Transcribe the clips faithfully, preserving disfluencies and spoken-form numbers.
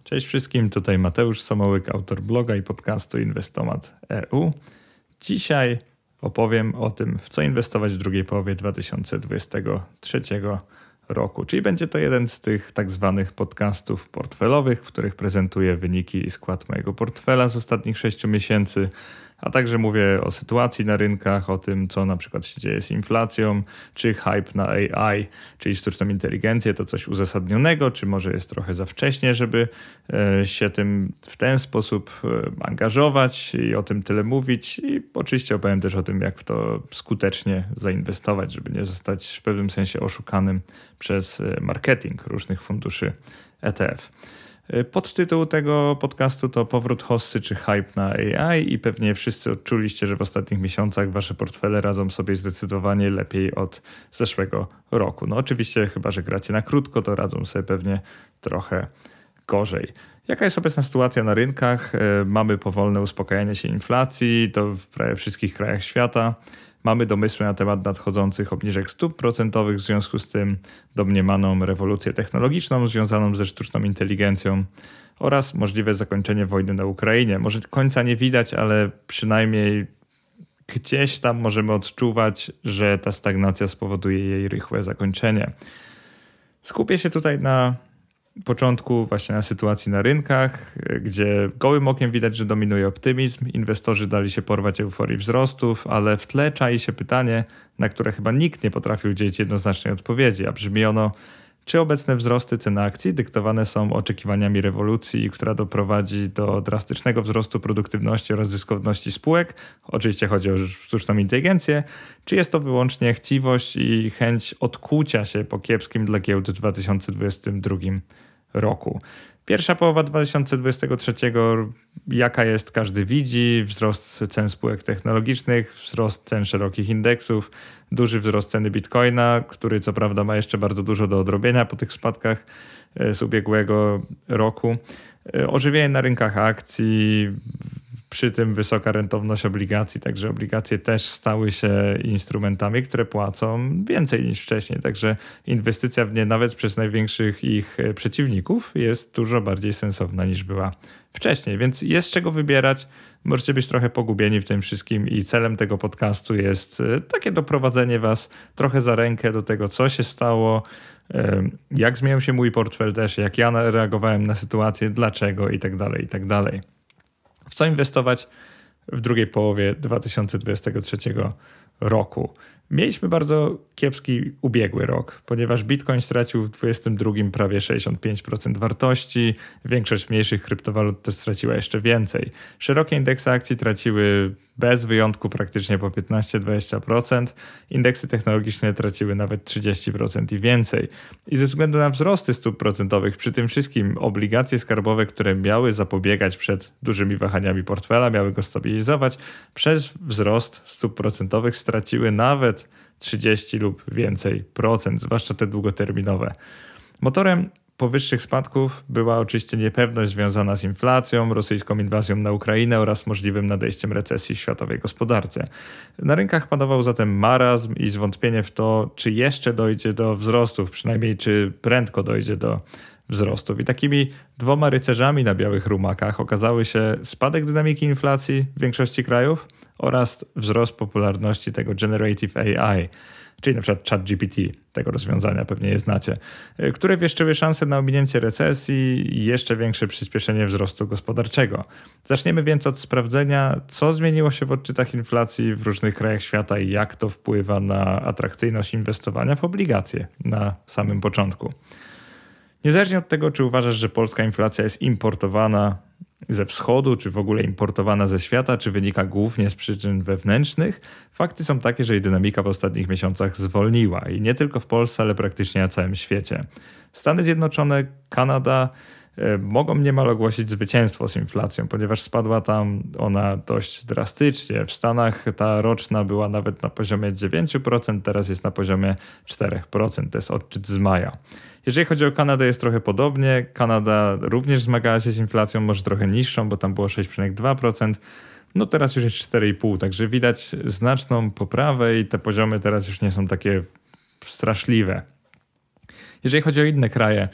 Cześć wszystkim, tutaj Mateusz Somołyk, autor bloga i podcastu Inwestomat kropka e u. Dzisiaj opowiem o tym, w co inwestować w drugiej połowie dwa tysiące dwudziestego trzeciego roku. Czyli będzie to jeden z tych tak zwanych podcastów portfelowych, w których prezentuję wyniki i skład mojego portfela z ostatnich sześciu miesięcy, a także mówię o sytuacji na rynkach, o tym, co na przykład się dzieje z inflacją, czy hype na A I, czyli sztuczną inteligencję, to coś uzasadnionego, czy może jest trochę za wcześnie, żeby się tym w ten sposób angażować i o tym tyle mówić. I oczywiście opowiem też o tym, jak w to skutecznie zainwestować, żeby nie zostać w pewnym sensie oszukanym przez marketing różnych funduszy E T F. Podtytuł tego podcastu to Powrót hossy czy hype na A I i pewnie wszyscy odczuliście, że w ostatnich miesiącach wasze portfele radzą sobie zdecydowanie lepiej od zeszłego roku. No oczywiście chyba, że gracie na krótko, to radzą sobie pewnie trochę gorzej. Jaka jest obecna sytuacja na rynkach? Mamy powolne uspokajanie się inflacji, to w prawie wszystkich krajach świata. Mamy domysły na temat nadchodzących obniżek stóp procentowych, w związku z tym domniemaną rewolucję technologiczną związaną ze sztuczną inteligencją oraz możliwe zakończenie wojny na Ukrainie. Może końca nie widać, ale przynajmniej gdzieś tam możemy odczuwać, że ta stagnacja spowoduje jej rychłe zakończenie. Skupię się tutaj na początku właśnie na sytuacji na rynkach, gdzie gołym okiem widać, że dominuje optymizm. Inwestorzy dali się porwać euforii wzrostów, ale w tle czai się pytanie, na które chyba nikt nie potrafił udzielić jednoznacznej odpowiedzi, a brzmi ono: czy obecne wzrosty cen akcji dyktowane są oczekiwaniami rewolucji, która doprowadzi do drastycznego wzrostu produktywności oraz zyskowności spółek? Oczywiście chodzi o sztuczną inteligencję. Czy jest to wyłącznie chciwość i chęć odkucia się po kiepskim dla giełd w dwa tysiące dwudziestym drugim roku? Pierwsza połowa dwa tysiące dwudziestego trzeciego, jaka jest, każdy widzi. Wzrost cen spółek technologicznych, wzrost cen szerokich indeksów, duży wzrost ceny bitcoina, który co prawda ma jeszcze bardzo dużo do odrobienia po tych spadkach z ubiegłego roku. Ożywienie na rynkach akcji, przy tym wysoka rentowność obligacji, także obligacje też stały się instrumentami, które płacą więcej niż wcześniej. Także inwestycja w nie nawet przez największych ich przeciwników jest dużo bardziej sensowna niż była wcześniej, więc jest z czego wybierać. Możecie być trochę pogubieni w tym wszystkim i celem tego podcastu jest takie doprowadzenie was trochę za rękę do tego, co się stało, jak zmienił się mój portfel też, jak ja reagowałem na sytuację, dlaczego i tak dalej, i tak dalej. W co inwestować w drugiej połowie dwa tysiące dwudziestego trzeciego roku? Mieliśmy bardzo kiepski ubiegły rok, ponieważ Bitcoin stracił w dwudziestym drugim prawie sześćdziesiąt pięć procent wartości, większość mniejszych kryptowalut też straciła jeszcze więcej. Szerokie indeksy akcji traciły bez wyjątku praktycznie po piętnaście do dwudziestu procent, indeksy technologiczne traciły nawet trzydzieści procent i więcej. I ze względu na wzrosty stóp procentowych, przy tym wszystkim obligacje skarbowe, które miały zapobiegać przed dużymi wahaniami portfela, miały go stabilizować, przez wzrost stóp procentowych straciły nawet trzydzieści lub więcej procent, zwłaszcza te długoterminowe. Motorem powyższych spadków była oczywiście niepewność związana z inflacją, rosyjską inwazją na Ukrainę oraz możliwym nadejściem recesji w światowej gospodarce. Na rynkach panował zatem marazm i zwątpienie w to, czy jeszcze dojdzie do wzrostów, przynajmniej czy prędko dojdzie do wzrostów. I takimi dwoma rycerzami na białych rumakach okazały się spadek dynamiki inflacji w większości krajów oraz wzrost popularności tego Generative A I, czyli na przykład ChatGPT, tego rozwiązania pewnie je znacie, które wieszczyły szansę na ominięcie recesji i jeszcze większe przyspieszenie wzrostu gospodarczego. Zaczniemy więc od sprawdzenia, co zmieniło się w odczytach inflacji w różnych krajach świata i jak to wpływa na atrakcyjność inwestowania w obligacje na samym początku. Niezależnie od tego, czy uważasz, że polska inflacja jest importowana ze wschodu, czy w ogóle importowana ze świata, czy wynika głównie z przyczyn wewnętrznych, fakty są takie, że jej dynamika w ostatnich miesiącach zwolniła i nie tylko w Polsce, ale praktycznie na całym świecie. Stany Zjednoczone, Kanada mogą niemal ogłosić zwycięstwo z inflacją, ponieważ spadła tam ona dość drastycznie. W Stanach ta roczna była nawet na poziomie dziewięć procent, teraz jest na poziomie cztery procent. To jest odczyt z maja. Jeżeli chodzi o Kanadę, jest trochę podobnie. Kanada również zmagała się z inflacją, może trochę niższą, bo tam było sześć przecinek dwa procent. No teraz już jest cztery przecinek pięć procent, także widać znaczną poprawę i te poziomy teraz już nie są takie straszliwe. Jeżeli chodzi o inne kraje,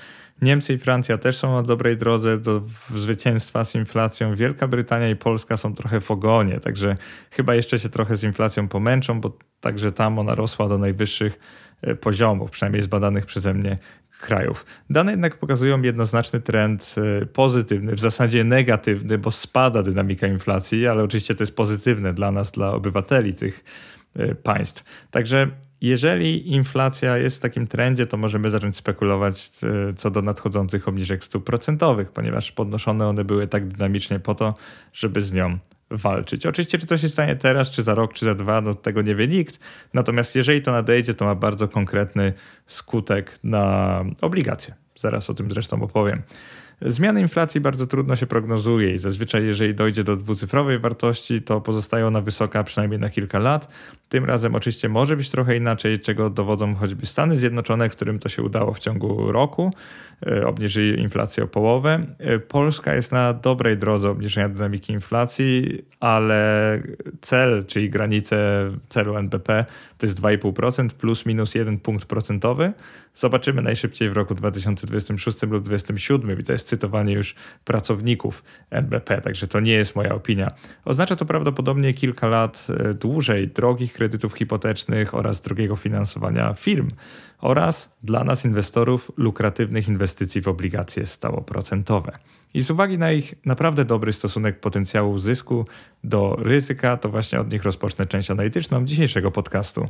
Niemcy i Francja też są na dobrej drodze do zwycięstwa z inflacją. Wielka Brytania i Polska są trochę w ogonie, także chyba jeszcze się trochę z inflacją pomęczą, bo także tam ona rosła do najwyższych poziomów, przynajmniej zbadanych przeze mnie krajów. Dane jednak pokazują jednoznaczny trend pozytywny, w zasadzie negatywny, bo spada dynamika inflacji, ale oczywiście to jest pozytywne dla nas, dla obywateli tych państw. Także jeżeli inflacja jest w takim trendzie, to możemy zacząć spekulować co do nadchodzących obniżek stóp procentowych, ponieważ podnoszone one były tak dynamicznie po to, żeby z nią walczyć. Oczywiście, czy to się stanie teraz, czy za rok, czy za dwa, no tego nie wie nikt. Natomiast jeżeli to nadejdzie, to ma bardzo konkretny skutek na obligacje. Zaraz o tym zresztą opowiem. Zmiany inflacji bardzo trudno się prognozuje i zazwyczaj jeżeli dojdzie do dwucyfrowej wartości, to pozostaje ona wysoka przynajmniej na kilka lat. Tym razem oczywiście może być trochę inaczej, czego dowodzą choćby Stany Zjednoczone, którym to się udało w ciągu roku. Obniżyli inflację o połowę. Polska jest na dobrej drodze obniżenia dynamiki inflacji, ale cel, czyli granice celu N B P to jest dwa i pół procent plus minus jeden punkt procentowy. Zobaczymy najszybciej w roku dwa tysiące dwudziestym szóstym lub dwa tysiące dwudziestym siódmym i to jest cytowanie już pracowników N B P, także to nie jest moja opinia. Oznacza to prawdopodobnie kilka lat dłużej drogich kredytów hipotecznych oraz drogiego finansowania firm oraz dla nas inwestorów lukratywnych inwestycji w obligacje stałoprocentowe. I z uwagi na ich naprawdę dobry stosunek potencjału zysku do ryzyka, to właśnie od nich rozpocznę część analityczną dzisiejszego podcastu.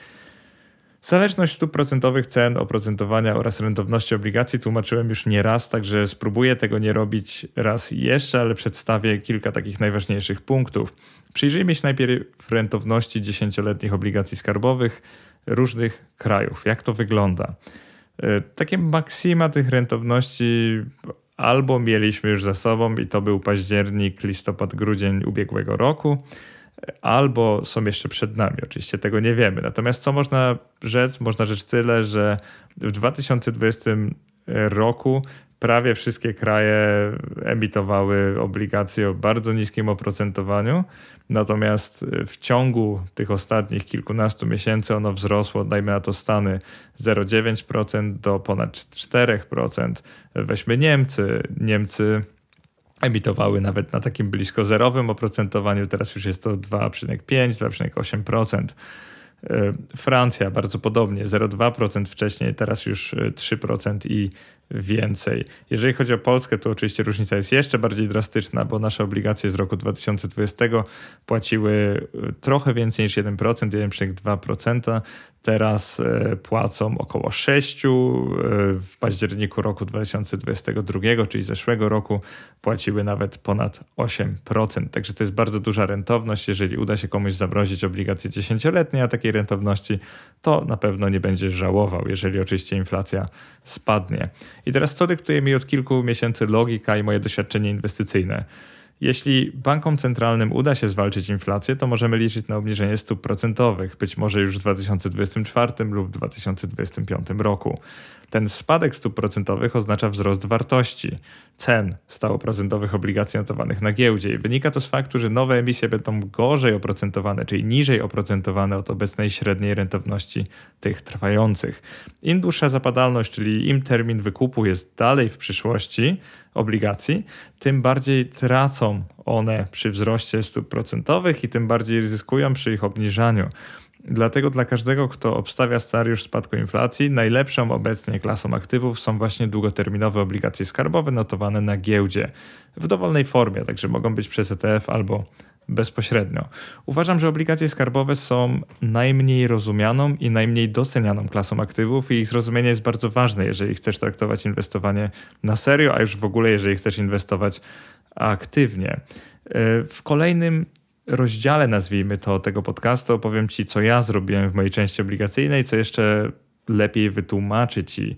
Zależność stóp procentowych, cen, oprocentowania oraz rentowności obligacji tłumaczyłem już nie raz, także spróbuję tego nie robić raz jeszcze, ale przedstawię kilka takich najważniejszych punktów. Przyjrzyjmy się najpierw rentowności dziesięcioletnich obligacji skarbowych różnych krajów. Jak to wygląda? Takie maksima tych rentowności albo mieliśmy już za sobą i to był październik, listopad, grudzień ubiegłego roku, albo są jeszcze przed nami. Oczywiście tego nie wiemy. Natomiast co można rzec? Można rzec tyle, że w dwa tysiące dwudziestym roku prawie wszystkie kraje emitowały obligacje o bardzo niskim oprocentowaniu. Natomiast w ciągu tych ostatnich kilkunastu miesięcy ono wzrosło, dajmy na to Stany, zero przecinek dziewięć procent do ponad cztery procent. Weźmy Niemcy. Niemcy emitowały nawet na takim blisko zerowym oprocentowaniu, teraz już jest to dwa przecinek pięć do dwa przecinek osiem procent. Francja bardzo podobnie, zero przecinek dwa procent wcześniej, teraz już trzy procent i więcej. Jeżeli chodzi o Polskę, to oczywiście różnica jest jeszcze bardziej drastyczna, bo nasze obligacje z roku dwa tysiące dwudziestego płaciły trochę więcej niż jeden procent, jeden przecinek dwa procent. Teraz płacą około sześć procent. W październiku roku dwa tysiące dwudziestego drugiego, czyli zeszłego roku, płaciły nawet ponad osiem procent. Także to jest bardzo duża rentowność. Jeżeli uda się komuś zamrozić obligacje dziesięcioletnie, a takiej rentowności, to na pewno nie będzie żałował, jeżeli oczywiście inflacja spadnie. I teraz co dyktuje mi od kilku miesięcy logika i moje doświadczenie inwestycyjne? Jeśli bankom centralnym uda się zwalczyć inflację, to możemy liczyć na obniżenie stóp procentowych, być może już w dwa tysiące dwudziestym czwartym lub dwa tysiące dwudziestym piątym roku. Ten spadek stóp procentowych oznacza wzrost wartości cen stałoprocentowych obligacji notowanych na giełdzie i wynika to z faktu, że nowe emisje będą gorzej oprocentowane, czyli niżej oprocentowane od obecnej średniej rentowności tych trwających. Im dłuższa zapadalność, czyli im termin wykupu jest dalej w przyszłości obligacji, tym bardziej tracą one przy wzroście stóp procentowych i tym bardziej ryzykują przy ich obniżaniu. Dlatego dla każdego, kto obstawia scenariusz spadku inflacji, najlepszą obecnie klasą aktywów są właśnie długoterminowe obligacje skarbowe notowane na giełdzie w dowolnej formie, także mogą być przez E T F albo bezpośrednio. Uważam, że obligacje skarbowe są najmniej rozumianą i najmniej docenianą klasą aktywów i ich zrozumienie jest bardzo ważne, jeżeli chcesz traktować inwestowanie na serio, a już w ogóle jeżeli chcesz inwestować aktywnie. W kolejnym rozdziale, nazwijmy to, tego podcastu opowiem Ci, co ja zrobiłem w mojej części obligacyjnej, co jeszcze lepiej wytłumaczyć i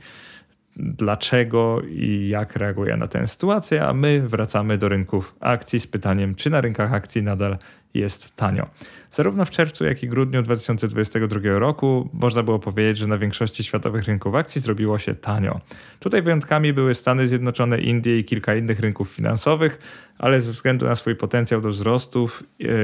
dlaczego i jak reaguję na tę sytuację, a my wracamy do rynków akcji z pytaniem, czy na rynkach akcji nadal jest tanio. Zarówno w czerwcu, jak i grudniu dwa tysiące dwudziestego drugiego roku można było powiedzieć, że na większości światowych rynków akcji zrobiło się tanio. Tutaj wyjątkami były Stany Zjednoczone, Indie i kilka innych rynków finansowych, ale ze względu na swój potencjał do wzrostów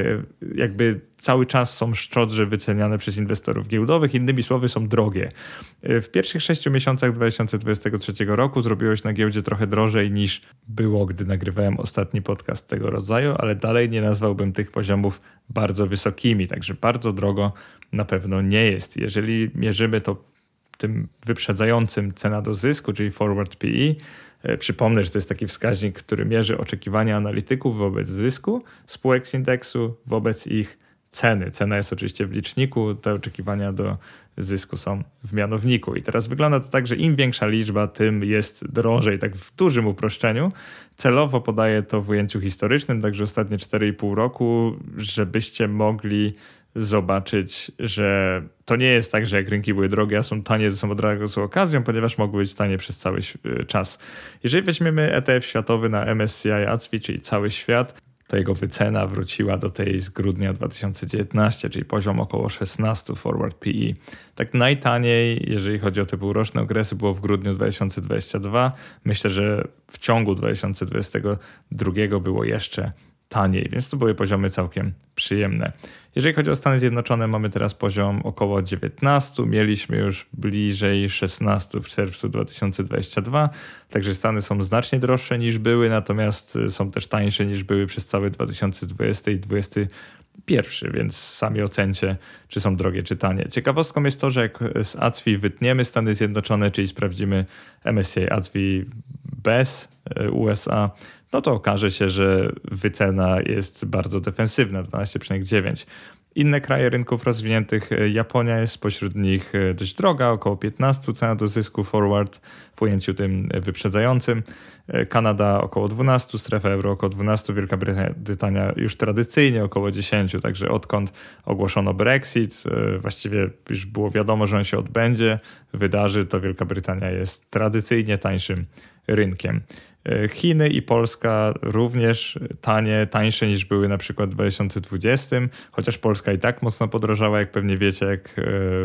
jakby cały czas są szczodrze wyceniane przez inwestorów giełdowych, innymi słowy są drogie. W pierwszych sześciu miesiącach dwa tysiące dwudziestego trzeciego roku zrobiło się na giełdzie trochę drożej niż było, gdy nagrywałem ostatni podcast tego rodzaju, ale dalej nie nazwałbym tych poziomów bardzo wysokimi, także bardzo drogo na pewno nie jest. Jeżeli mierzymy to tym wyprzedzającym cena do zysku, czyli forward P E, przypomnę, że to jest taki wskaźnik, który mierzy oczekiwania analityków wobec zysku spółek z indeksu, wobec ich ceny. Cena jest oczywiście w liczniku, te oczekiwania do zysku są w mianowniku. I teraz wygląda to tak, że im większa liczba, tym jest drożej. Tak w dużym uproszczeniu. Celowo podaję to w ujęciu historycznym, także ostatnie cztery i pół roku, żebyście mogli zobaczyć, że to nie jest tak, że jak rynki były drogie, a są tanie, to są od razu okazją, ponieważ mogły być tanie przez cały czas. Jeżeli weźmiemy E T F światowy na M S C I A C F I, czyli cały świat, to jego wycena wróciła do tej z grudnia dwa tysiące dziewiętnastego, czyli poziom około szesnaście forward P E. Tak najtaniej, jeżeli chodzi o te półroczne okresy, było w grudniu dwa tysiące dwudziestego drugiego. Myślę, że w ciągu dwa tysiące dwudziestego drugiego było jeszcze taniej, więc to były poziomy całkiem przyjemne. Jeżeli chodzi o Stany Zjednoczone, mamy teraz poziom około dziewiętnaście, mieliśmy już bliżej szesnaście w czerwcu dwa tysiące dwudziestego drugiego, także Stany są znacznie droższe niż były, natomiast są też tańsze niż były przez cały dwa tysiące dwudziesty i dwudziesty pierwszy, więc sami ocencie, czy są drogie, czy tanie. Ciekawostką jest to, że jak z A C F I wytniemy Stany Zjednoczone, czyli sprawdzimy M S C I A C F I bez U S A, no to okaże się, że wycena jest bardzo defensywna, dwanaście przecinek dziewięć. Inne kraje rynków rozwiniętych, Japonia jest spośród nich dość droga, około piętnaście cena do zysku forward w ujęciu tym wyprzedzającym. Kanada około dwanaście, strefa euro około dwanaście, Wielka Brytania już tradycyjnie około dziesięć, także odkąd ogłoszono Brexit, właściwie już było wiadomo, że on się odbędzie, wydarzy, to Wielka Brytania jest tradycyjnie tańszym rynkiem. Chiny i Polska również tanie, tańsze niż były na przykład w dwa tysiące dwudziestym, chociaż Polska i tak mocno podrożała, jak pewnie wiecie, jak,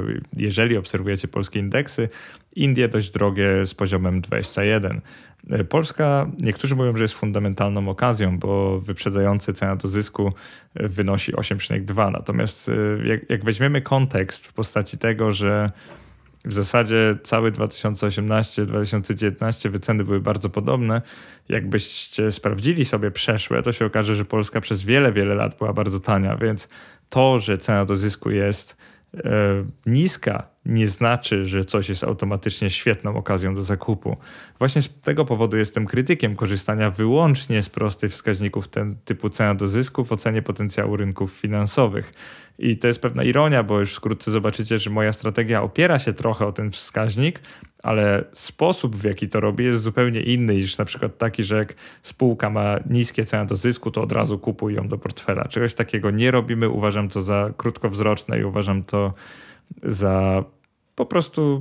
jeżeli obserwujecie polskie indeksy. Indie dość drogie z poziomem dwadzieścia jeden. Polska, niektórzy mówią, że jest fundamentalną okazją, bo wyprzedzający cena do zysku wynosi osiem przecinek dwa. Natomiast jak, jak weźmiemy kontekst w postaci tego, że w zasadzie cały dwa tysiące osiemnasty dwa tysiące dziewiętnasty wyceny były bardzo podobne. Jakbyście sprawdzili sobie przeszłe, to się okaże, że Polska przez wiele, wiele lat była bardzo tania, więc to, że cena do zysku jest e, niska, nie znaczy, że coś jest automatycznie świetną okazją do zakupu. Właśnie z tego powodu jestem krytykiem korzystania wyłącznie z prostych wskaźników ten typu cena do zysku w ocenie potencjału rynków finansowych. I to jest pewna ironia, bo już wkrótce zobaczycie, że moja strategia opiera się trochę o ten wskaźnik, ale sposób, w jaki to robię, jest zupełnie inny niż na przykład taki, że jak spółka ma niskie ceny do zysku, to od razu kupuj ją do portfela. Czegoś takiego nie robimy, uważam to za krótkowzroczne i uważam to za po prostu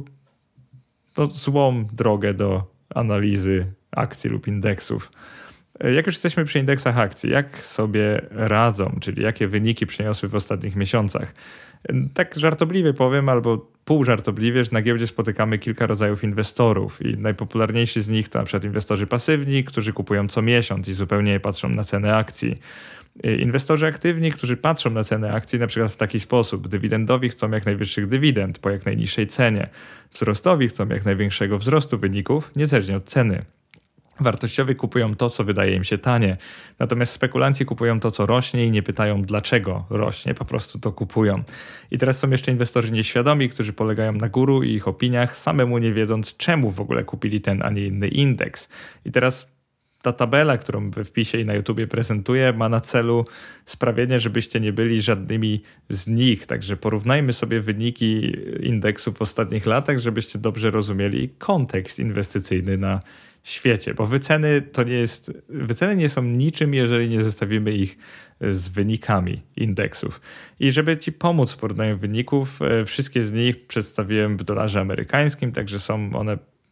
no, złą drogę do analizy akcji lub indeksów. Jak już jesteśmy przy indeksach akcji, jak sobie radzą, czyli jakie wyniki przyniosły w ostatnich miesiącach? Tak żartobliwie powiem, albo pół żartobliwie, że na giełdzie spotykamy kilka rodzajów inwestorów i najpopularniejsi z nich to na przykład inwestorzy pasywni, którzy kupują co miesiąc i zupełnie nie patrzą na cenę akcji. Inwestorzy aktywni, którzy patrzą na cenę akcji na przykład w taki sposób. Dywidendowi chcą jak najwyższych dywidend po jak najniższej cenie. Wzrostowi chcą jak największego wzrostu wyników, niezależnie od ceny. Wartościowi kupują to, co wydaje im się tanie. Natomiast spekulanci kupują to, co rośnie i nie pytają, dlaczego rośnie. Po prostu to kupują. I teraz są jeszcze inwestorzy nieświadomi, którzy polegają na guru i ich opiniach, samemu nie wiedząc, czemu w ogóle kupili ten, a nie inny indeks. I teraz ta tabela, którą we wpisie i na YouTubie prezentuję, ma na celu sprawienie, żebyście nie byli żadnymi z nich. Także porównajmy sobie wyniki indeksów w ostatnich latach, żebyście dobrze rozumieli kontekst inwestycyjny na świecie, bo wyceny to nie jest, wyceny nie są niczym, jeżeli nie zestawimy ich z wynikami indeksów. I żeby Ci pomóc w porównaniu wyników, wszystkie z nich przedstawiłem w dolarze amerykańskim, także są one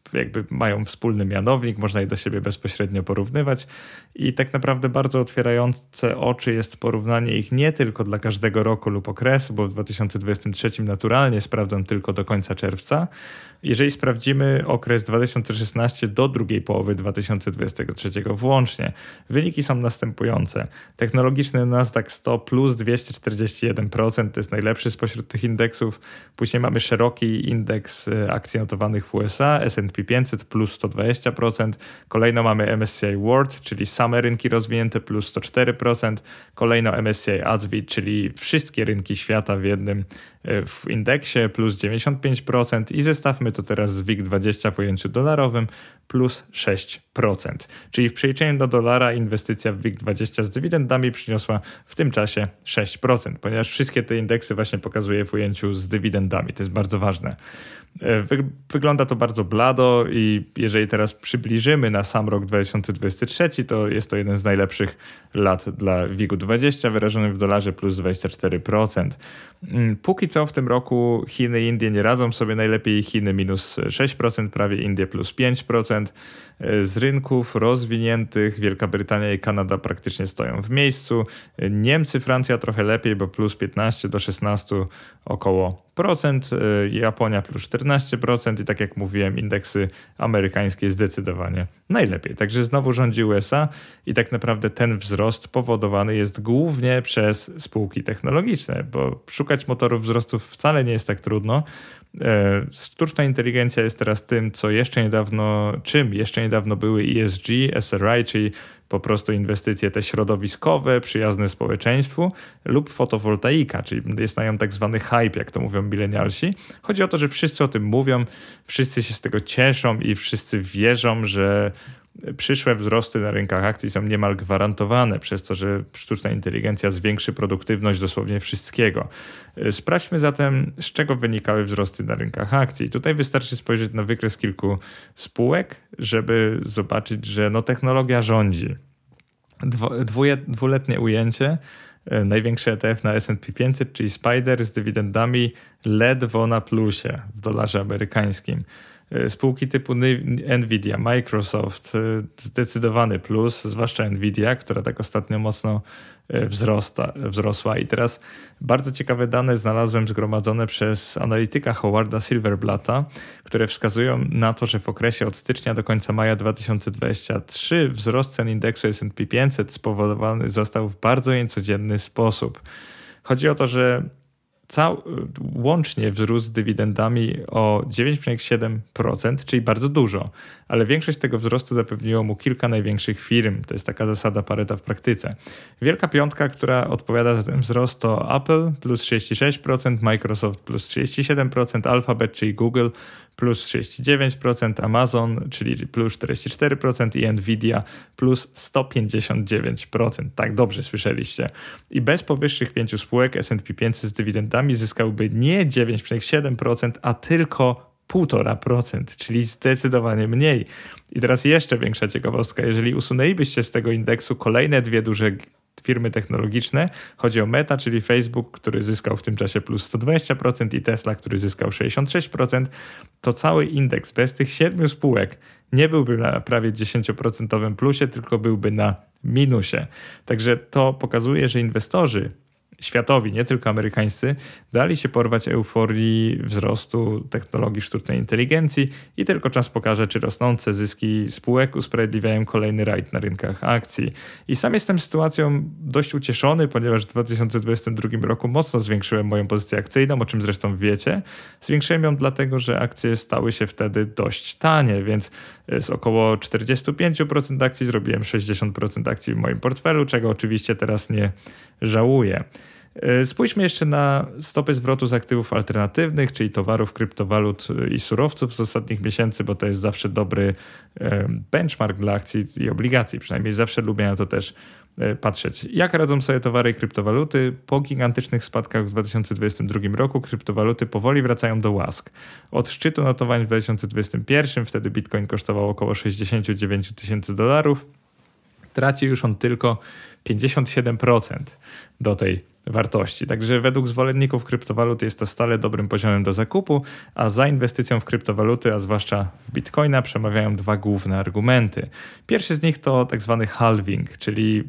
jakby mają wspólny mianownik, można je do siebie bezpośrednio porównywać i tak naprawdę bardzo otwierające oczy jest porównanie ich nie tylko dla każdego roku lub okresu, bo w dwa tysiące dwudziestym trzecim naturalnie sprawdzam tylko do końca czerwca. Jeżeli sprawdzimy okres dwa tysiące szesnasty do drugiej połowy dwa tysiące dwudziestego trzeciego włącznie, wyniki są następujące. Technologiczny Nasdaq sto plus dwieście czterdzieści jeden procent, to jest najlepszy spośród tych indeksów. Później mamy szeroki indeks akcji notowanych w U S A, S and P pięćset plus sto dwadzieścia procent. Kolejno mamy M S C I World, czyli same rynki rozwinięte plus sto cztery procent. Kolejno M S C I A D S W I, czyli wszystkie rynki świata w jednym w indeksie plus dziewięćdziesiąt pięć procent i zestawmy to teraz z W I G dwadzieścia w ujęciu dolarowym plus sześć procent. Czyli w przeliczeniu do dolara inwestycja w W I G dwadzieścia z dywidendami przyniosła w tym czasie sześć procent, ponieważ wszystkie te indeksy właśnie pokazuje w ujęciu z dywidendami. To jest bardzo ważne. Wygląda to bardzo blado i jeżeli teraz przybliżymy na sam rok dwa tysiące dwudziesty trzeci, to jest to jeden z najlepszych lat dla W I G dwadzieścia wyrażony w dolarze plus dwadzieścia cztery procent. Póki co w tym roku Chiny i Indie nie radzą sobie najlepiej. Chiny minus sześć procent, prawie Indie plus pięć procent. Z rynków rozwiniętych Wielka Brytania i Kanada praktycznie stoją w miejscu. Niemcy, Francja trochę lepiej, bo plus piętnaście do szesnastu około procent. Japonia plus czternaście procent i tak jak mówiłem, indeksy amerykańskie zdecydowanie najlepiej. Także znowu rządzi U S A i tak naprawdę ten wzrost powodowany jest głównie przez spółki technologiczne, bo szukać motorów wzrostu wcale nie jest tak trudno. Sztuczna inteligencja jest teraz tym, co jeszcze niedawno, czym jeszcze niedawno były E S G, S R I, czyli po prostu inwestycje te środowiskowe, przyjazne społeczeństwu lub fotowoltaika, czyli jest na nią tak zwany hype, jak to mówią milenialsi. Chodzi o to, że wszyscy o tym mówią, wszyscy się z tego cieszą i wszyscy wierzą, że przyszłe wzrosty na rynkach akcji są niemal gwarantowane przez to, że sztuczna inteligencja zwiększy produktywność dosłownie wszystkiego. Sprawdźmy zatem, z czego wynikały wzrosty na rynkach akcji. Tutaj wystarczy spojrzeć na wykres kilku spółek, żeby zobaczyć, że no technologia rządzi. Dwu, dwuje, dwuletnie ujęcie. Największy E T F na S and P pięćset, czyli Spider z dywidendami ledwo na plusie w dolarze amerykańskim. Spółki typu Nvidia, Microsoft, zdecydowany plus, zwłaszcza Nvidia, która tak ostatnio mocno wzrosta, wzrosła. I teraz bardzo ciekawe dane znalazłem zgromadzone przez analityka Howarda Silverblatta, które wskazują na to, że w okresie od stycznia do końca maja dwa tysiące dwudziestego trzeciego wzrost cen indeksu S and P pięćset spowodowany został w bardzo niecodzienny sposób. Chodzi o to, że Cał, łącznie wzrósł z dywidendami o dziewięć przecinek siedem procent, czyli bardzo dużo, ale większość tego wzrostu zapewniło mu kilka największych firm. To jest taka zasada Pareta w praktyce. Wielka piątka, która odpowiada za ten wzrost, to Apple plus trzydzieści sześć procent, Microsoft plus trzydzieści siedem procent, Alphabet, czyli Google plus trzydzieści dziewięć procent, Amazon, czyli plus czterdzieści cztery procent i Nvidia plus sto pięćdziesiąt dziewięć procent. Tak, dobrze słyszeliście. I bez powyższych pięciu spółek S and P pięćset z dywidendami zyskałby nie dziewięć przecinek siedem procent, a tylko półtora procent, czyli zdecydowanie mniej. I teraz jeszcze większa ciekawostka. Jeżeli usunęlibyście z tego indeksu kolejne dwie duże firmy technologiczne, chodzi o Meta, czyli Facebook, który zyskał w tym czasie plus sto dwadzieścia procent i Tesla, który zyskał sześćdziesiąt sześć procent, to cały indeks bez tych siedmiu spółek nie byłby na prawie dziesięcioprocentowym plusie, tylko byłby na minusie. Także to pokazuje, że inwestorzy światowi, nie tylko amerykańscy, dali się porwać euforii wzrostu technologii sztucznej inteligencji i tylko czas pokaże, czy rosnące zyski spółek usprawiedliwiają kolejny rajd na rynkach akcji. I sam jestem sytuacją dość ucieszony, ponieważ w dwa tysiące dwudziestym drugim roku mocno zwiększyłem moją pozycję akcyjną, o czym zresztą wiecie. Zwiększyłem ją dlatego, że akcje stały się wtedy dość tanie, więc z około czterdzieści pięć procent akcji zrobiłem sześćdziesiąt procent akcji w moim portfelu, czego oczywiście teraz nie żałuję. Spójrzmy jeszcze na stopy zwrotu z aktywów alternatywnych, czyli towarów, kryptowalut i surowców z ostatnich miesięcy, bo to jest zawsze dobry benchmark dla akcji i obligacji. Przynajmniej zawsze lubię na to też patrzeć. Jak radzą sobie towary i kryptowaluty? Po gigantycznych spadkach w dwa tysiące dwudziestym drugim roku kryptowaluty powoli wracają do łask. Od szczytu notowań w dwa tysiące dwudziestym pierwszym, wtedy Bitcoin kosztował około sześćdziesiąt dziewięć tysięcy dolarów, traci już on tylko pięćdziesiąt siedem procent do tej wartości. Także według zwolenników kryptowalut jest to stale dobrym poziomem do zakupu, a za inwestycją w kryptowaluty, a zwłaszcza w Bitcoina, przemawiają dwa główne argumenty. Pierwszy z nich to tak zwany halving, czyli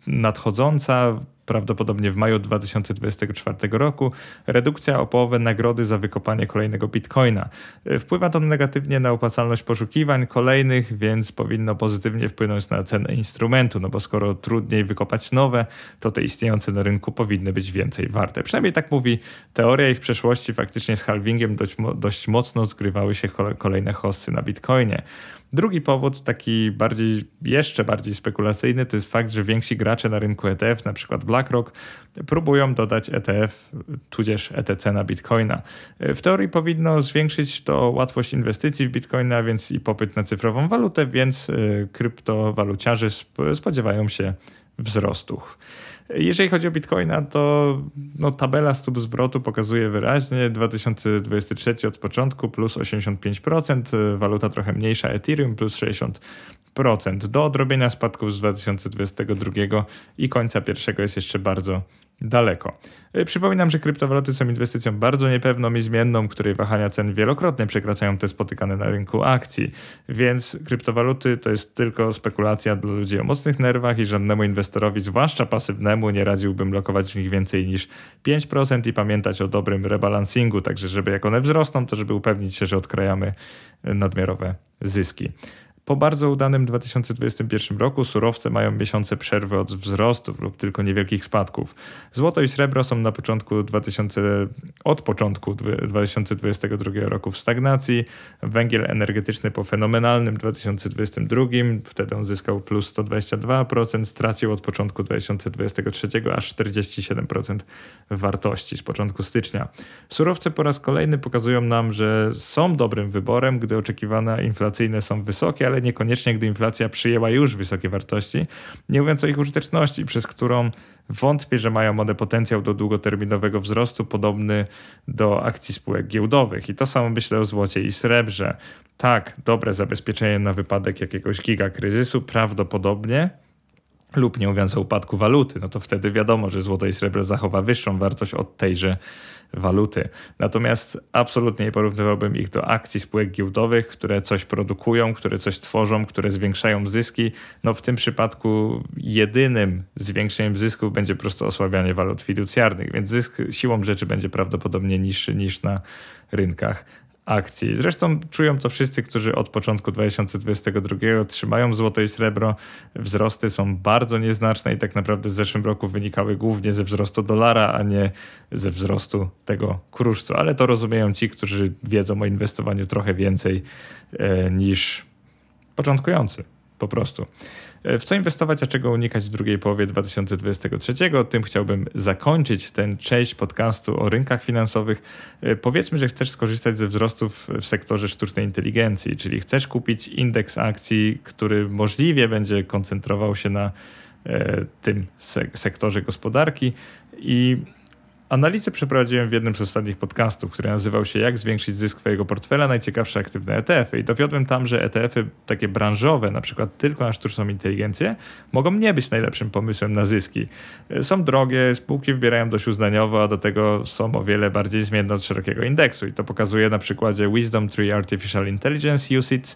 nadchodząca prawdopodobnie w maju dwa tysiące dwudziestego czwartego roku redukcja o połowę nagrody za wykopanie kolejnego bitcoina. Wpływa to negatywnie na opłacalność poszukiwań kolejnych, więc powinno pozytywnie wpłynąć na cenę instrumentu, no bo skoro trudniej wykopać nowe, to te istniejące na rynku powinny być więcej warte. Przynajmniej tak mówi teoria i w przeszłości faktycznie z halvingiem dość, dość mocno zgrywały się kolejne hossy na bitcoinie. Drugi powód, taki bardziej, jeszcze bardziej spekulacyjny, to jest fakt, że więksi gracze na rynku E T F, na przykład BlackRock, próbują dodać E T F, tudzież E T C na Bitcoina. W teorii powinno zwiększyć to łatwość inwestycji w Bitcoina, więc i popyt na cyfrową walutę, więc kryptowaluciarze spodziewają się wzrostu. Jeżeli chodzi o Bitcoina, to no, tabela stóp zwrotu pokazuje wyraźnie dwa tysiące dwudziesty trzeci od początku plus osiemdziesiąt pięć procent, waluta trochę mniejsza Ethereum plus sześćdziesiąt procent. Do odrobienia spadków z dwa tysiące dwudziestego drugiego i końca pierwszego jest jeszcze bardzo daleko. Przypominam, że kryptowaluty są inwestycją bardzo niepewną i zmienną, której wahania cen wielokrotnie przekraczają te spotykane na rynku akcji, więc kryptowaluty to jest tylko spekulacja dla ludzi o mocnych nerwach i żadnemu inwestorowi, zwłaszcza pasywnemu, nie radziłbym lokować w nich więcej niż pięć procent i pamiętać o dobrym rebalansingu, także żeby jak one wzrosną, to żeby upewnić się, że odkrajamy nadmiarowe zyski. Po bardzo udanym dwa tysiące dwudziestym pierwszym roku surowce mają miesiące przerwy od wzrostów lub tylko niewielkich spadków. Złoto i srebro są na początku dwa tysiące, od początku dwa tysiące dwudziestego drugiego roku w stagnacji. Węgiel energetyczny po fenomenalnym dwa tysiące dwudziestym drugim, wtedy on zyskał plus sto dwadzieścia dwa procent, stracił od początku dwa tysiące dwudziestego trzeciego aż czterdzieści siedem procent wartości z początku stycznia. Surowce po raz kolejny pokazują nam, że są dobrym wyborem, gdy oczekiwania inflacyjne są wysokie, ale niekoniecznie, gdy inflacja przyjęła już wysokie wartości, nie mówiąc o ich użyteczności, przez którą wątpię, że mają one potencjał do długoterminowego wzrostu podobny do akcji spółek giełdowych. I to samo myślę o złocie i srebrze. Tak, dobre zabezpieczenie na wypadek jakiegoś gigakryzysu prawdopodobnie, lub nie mówiąc o upadku waluty, no to wtedy wiadomo, że złoto i srebro zachowa wyższą wartość od tejże waluty. Natomiast absolutnie nie porównywałbym ich do akcji spółek giełdowych, które coś produkują, które coś tworzą, które zwiększają zyski. No w tym przypadku jedynym zwiększeniem zysków będzie po prostu osłabianie walut fiducjarnych, więc zysk siłą rzeczy będzie prawdopodobnie niższy niż na rynkach akcji. Zresztą czują to wszyscy, którzy od początku dwa tysiące dwudziestego drugiego trzymają złoto i srebro. Wzrosty są bardzo nieznaczne i tak naprawdę w zeszłym roku wynikały głównie ze wzrostu dolara, a nie ze wzrostu tego kruszcu. Ale to rozumieją ci, którzy wiedzą o inwestowaniu trochę więcej e, niż początkujący po prostu. W co inwestować, a czego unikać w drugiej połowie dwa tysiące dwudziestego trzeciego? Tym chciałbym zakończyć ten część podcastu o rynkach finansowych. Powiedzmy, że chcesz skorzystać ze wzrostów w sektorze sztucznej inteligencji, czyli chcesz kupić indeks akcji, który możliwie będzie koncentrował się na e, tym se- sektorze gospodarki i analizę przeprowadziłem w jednym z ostatnich podcastów, który nazywał się Jak zwiększyć zysk twojego portfela, najciekawsze aktywne E T F y. I dowiodłem tam, że E T F y takie branżowe, na przykład tylko na sztuczną inteligencję, mogą nie być najlepszym pomysłem na zyski. Są drogie, spółki wybierają dość uznaniowo, a do tego są o wiele bardziej zmienne od szerokiego indeksu. I to pokazuje na przykładzie Wisdom Tree Artificial Intelligence U C I T S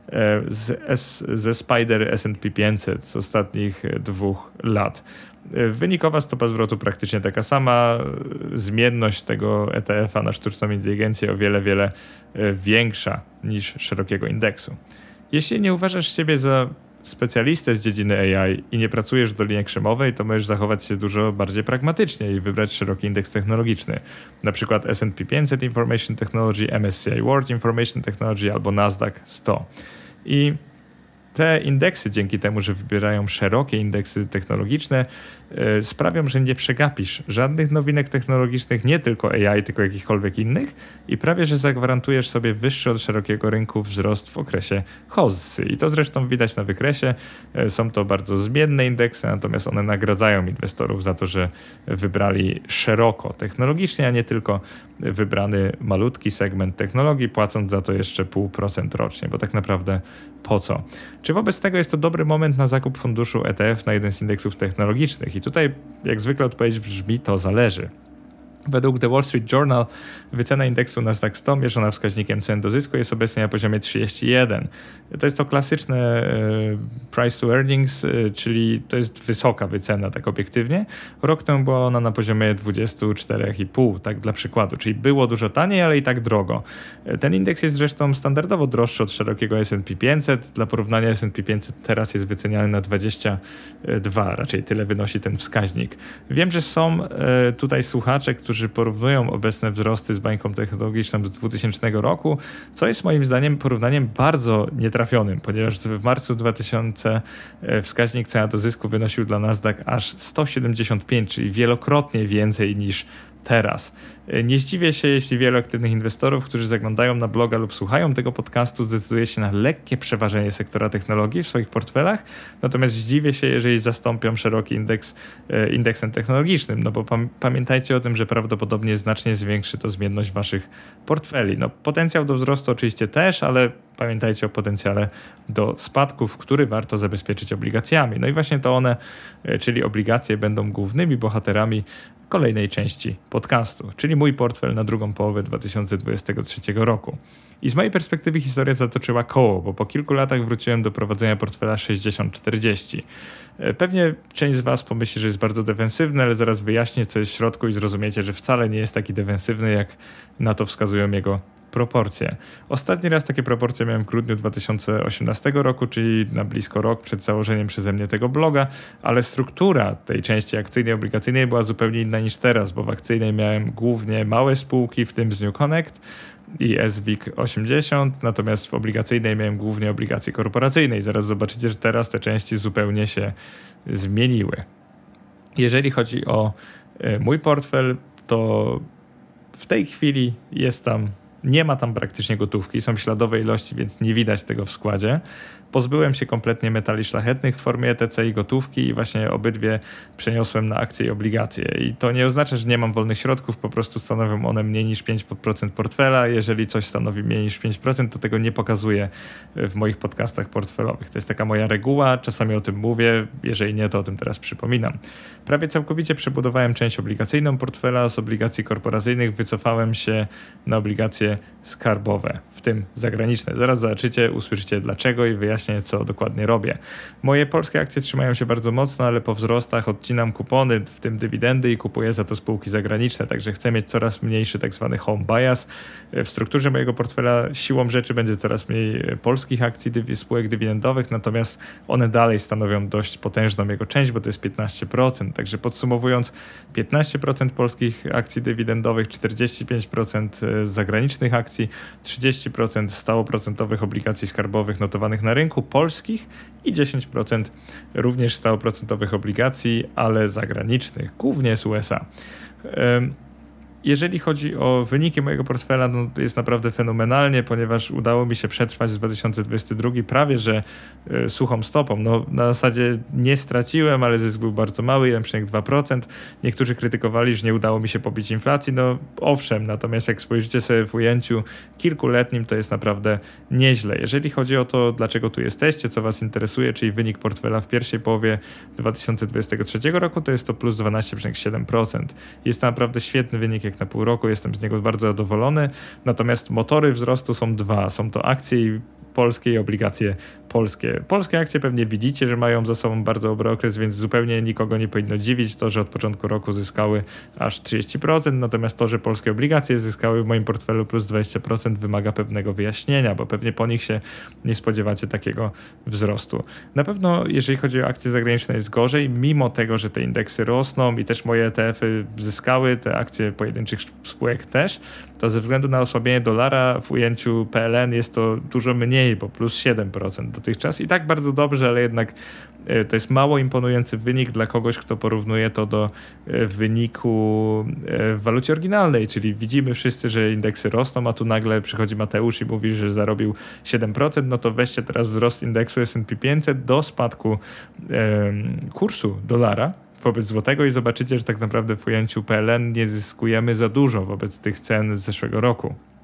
z, S, ze Spider S and P pięćset z ostatnich dwóch lat. Wynikowa stopa zwrotu praktycznie taka sama, zmienność tego E T F a na sztuczną inteligencję o wiele, wiele większa niż szerokiego indeksu. Jeśli nie uważasz siebie za specjalistę z dziedziny A I i nie pracujesz w Dolinie Krzemowej, to możesz zachować się dużo bardziej pragmatycznie i wybrać szeroki indeks technologiczny, na przykład S and P pięćset Information Technology, M S C I World Information Technology albo Nasdaq sto. I te indeksy, dzięki temu, że wybierają szerokie indeksy technologiczne, yy, sprawią, że nie przegapisz żadnych nowinek technologicznych, nie tylko A I, tylko jakichkolwiek innych i prawie, że zagwarantujesz sobie wyższy od szerokiego rynku wzrost w okresie hossy. I to zresztą widać na wykresie. Yy, są to bardzo zmienne indeksy, natomiast one nagradzają inwestorów za to, że wybrali szeroko technologicznie, a nie tylko wybrany malutki segment technologii, płacąc za to jeszcze zero przecinek pięć procent rocznie, bo tak naprawdę po co. Czy wobec tego jest to dobry moment na zakup funduszu E T F na jeden z indeksów technologicznych? I tutaj jak zwykle odpowiedź brzmi: to zależy. Według The Wall Street Journal wycena indeksu Nasdaq sto mierzona wskaźnikiem cen do zysku jest obecnie na poziomie trzydzieści jeden. To jest to klasyczne price to earnings, czyli to jest wysoka wycena, tak obiektywnie. Rok temu była ona na poziomie dwadzieścia cztery i pół, tak dla przykładu, czyli było dużo taniej, ale i tak drogo. Ten indeks jest zresztą standardowo droższy od szerokiego S and P pięćset. Dla porównania S and P pięćset teraz jest wyceniany na dwadzieścia dwa, raczej tyle wynosi ten wskaźnik. Wiem, że są tutaj słuchacze, którzy porównują obecne wzrosty z bańką technologiczną z dwutysięcznego roku, co jest moim zdaniem porównaniem bardzo nietrafionym, ponieważ w marcu dwa tysiące wskaźnik cena do zysku wynosił dla Nasdaq aż sto siedemdziesiąt pięć, czyli wielokrotnie więcej niż teraz. Nie zdziwię się, jeśli wielu aktywnych inwestorów, którzy zaglądają na bloga lub słuchają tego podcastu, zdecyduje się na lekkie przeważenie sektora technologii w swoich portfelach, natomiast zdziwię się, jeżeli zastąpią szeroki indeks indeksem technologicznym, no bo pam- pamiętajcie o tym, że prawdopodobnie znacznie zwiększy to zmienność waszych portfeli. No, potencjał do wzrostu oczywiście też, ale pamiętajcie o potencjale do spadków, który warto zabezpieczyć obligacjami. No i właśnie to one, czyli obligacje, będą głównymi bohaterami kolejnej części podcastu, czyli mój portfel na drugą połowę dwa tysiące dwudziestego trzeciego roku. I z mojej perspektywy historia zatoczyła koło, bo po kilku latach wróciłem do prowadzenia portfela sześćdziesiąt czterdzieści. Pewnie część z was pomyśli, że jest bardzo defensywny, ale zaraz wyjaśnię, co jest w środku i zrozumiecie, że wcale nie jest taki defensywny, jak na to wskazują jego proporcje. Ostatni raz takie proporcje miałem w grudniu dwa tysiące osiemnastego roku, czyli na blisko rok przed założeniem przeze mnie tego bloga, ale struktura tej części akcyjnej, obligacyjnej była zupełnie inna niż teraz, bo w akcyjnej miałem głównie małe spółki, w tym z New Connect i S W I K osiemdziesiąt, natomiast w obligacyjnej miałem głównie obligacje korporacyjne i zaraz zobaczycie, że teraz te części zupełnie się zmieniły. Jeżeli chodzi o mój portfel, to w tej chwili jest tam Nie ma tam praktycznie gotówki, są śladowe ilości, więc nie widać tego w składzie. Pozbyłem się kompletnie metali szlachetnych w formie E T C i gotówki i właśnie obydwie przeniosłem na akcje i obligacje. I to nie oznacza, że nie mam wolnych środków, po prostu stanowią one mniej niż pięć procent portfela. Jeżeli coś stanowi mniej niż pięć procent, to tego nie pokazuję w moich podcastach portfelowych. To jest taka moja reguła, czasami o tym mówię, jeżeli nie, to o tym teraz przypominam. Prawie całkowicie przebudowałem część obligacyjną portfela, z obligacji korporacyjnych wycofałem się na obligacje skarbowe, w tym zagraniczne. Zaraz zobaczycie, usłyszycie dlaczego i wyjaśnię, co dokładnie robię. Moje polskie akcje trzymają się bardzo mocno, ale po wzrostach odcinam kupony, w tym dywidendy i kupuję za to spółki zagraniczne, także chcę mieć coraz mniejszy tak zwany home bias. W strukturze mojego portfela siłą rzeczy będzie coraz mniej polskich akcji, spółek dywidendowych, natomiast one dalej stanowią dość potężną jego część, bo to jest piętnaście procent. Także podsumowując, piętnaście procent polskich akcji dywidendowych, czterdzieści pięć procent zagranicznych akcji, trzydzieści procent stałoprocentowych obligacji skarbowych notowanych na rynku polskich i dziesięć procent również stałoprocentowych obligacji, ale zagranicznych, głównie z U S A. Jeżeli chodzi o wyniki mojego portfela, no to jest naprawdę fenomenalnie, ponieważ udało mi się przetrwać dwa tysiące dwudziesty drugi prawie że y, suchą stopą. No, na zasadzie nie straciłem, ale zysk był bardzo mały, jeden przecinek dwa procent. Niektórzy krytykowali, że nie udało mi się pobić inflacji. No owszem, natomiast jak spojrzycie sobie w ujęciu kilkuletnim, to jest naprawdę nieźle. Jeżeli chodzi o to, dlaczego tu jesteście, co was interesuje, czyli wynik portfela w pierwszej połowie dwa tysiące dwudziestego trzeciego roku, to jest to plus dwanaście przecinek siedem procent. Jest to naprawdę świetny wynik jak na pół roku, jestem z niego bardzo zadowolony, natomiast motory wzrostu są dwa, są to akcje i polskie i obligacje polskie. Polskie akcje pewnie widzicie, że mają za sobą bardzo dobry okres, więc zupełnie nikogo nie powinno dziwić to, że od początku roku zyskały aż trzydzieści procent, natomiast to, że polskie obligacje zyskały w moim portfelu plus dwadzieścia procent wymaga pewnego wyjaśnienia, bo pewnie po nich się nie spodziewacie takiego wzrostu. Na pewno jeżeli chodzi o akcje zagraniczne jest gorzej, mimo tego, że te indeksy rosną i też moje E T F-y zyskały, te akcje pojedynczych spółek też, to ze względu na osłabienie dolara w ujęciu P L N jest to dużo mniej, bo plus siedem procent dotychczas. I tak bardzo dobrze, ale jednak to jest mało imponujący wynik dla kogoś, kto porównuje to do wyniku w walucie oryginalnej, czyli widzimy wszyscy, że indeksy rosną, a tu nagle przychodzi Mateusz i mówi, że zarobił siedem procent, no to weźcie teraz wzrost indeksu S and P pięćset do spadku um, kursu dolara wobec złotego i zobaczycie, że tak naprawdę w ujęciu P L N nie zyskujemy za dużo wobec tych cen z zeszłego roku.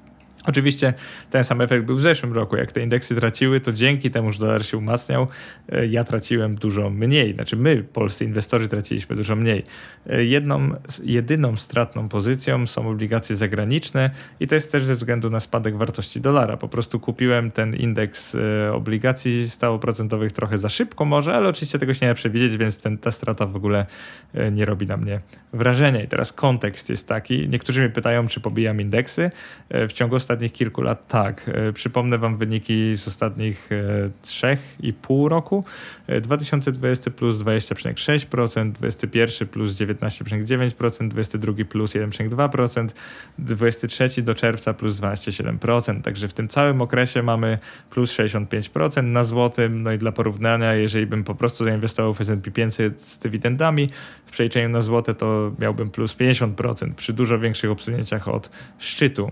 Oczywiście ten sam efekt był w zeszłym roku. Jak te indeksy traciły, to dzięki temu, że dolar się umacniał, ja traciłem dużo mniej. Znaczy my, polscy inwestorzy, traciliśmy dużo mniej. Jedną, jedyną stratną pozycją są obligacje zagraniczne i to jest też ze względu na spadek wartości dolara. Po prostu kupiłem ten indeks obligacji stałoprocentowych trochę za szybko może, ale oczywiście tego się nie da przewidzieć, więc ten, ta strata w ogóle nie robi na mnie wrażenia. I teraz kontekst jest taki. Niektórzy mnie pytają, czy pobijam indeksy. W ciągu ostatnich kilku lat tak. Przypomnę wam wyniki z ostatnich trzech i pół roku. dwa tysiące dwudziesty plus dwadzieścia przecinek sześć procent, dwudziesty pierwszy plus dziewiętnaście przecinek dziewięć procent, dwudziesty drugi plus jeden przecinek dwa procent, dwudziesty trzeci do czerwca plus dwadzieścia siedem procent. Także w tym całym okresie mamy plus sześćdziesiąt pięć procent na złotym. No i dla porównania, jeżeli bym po prostu zainwestował w S and P pięćset z dywidendami w przeliczeniu na złote, to miałbym plus pięćdziesiąt procent przy dużo większych obsunięciach od szczytu.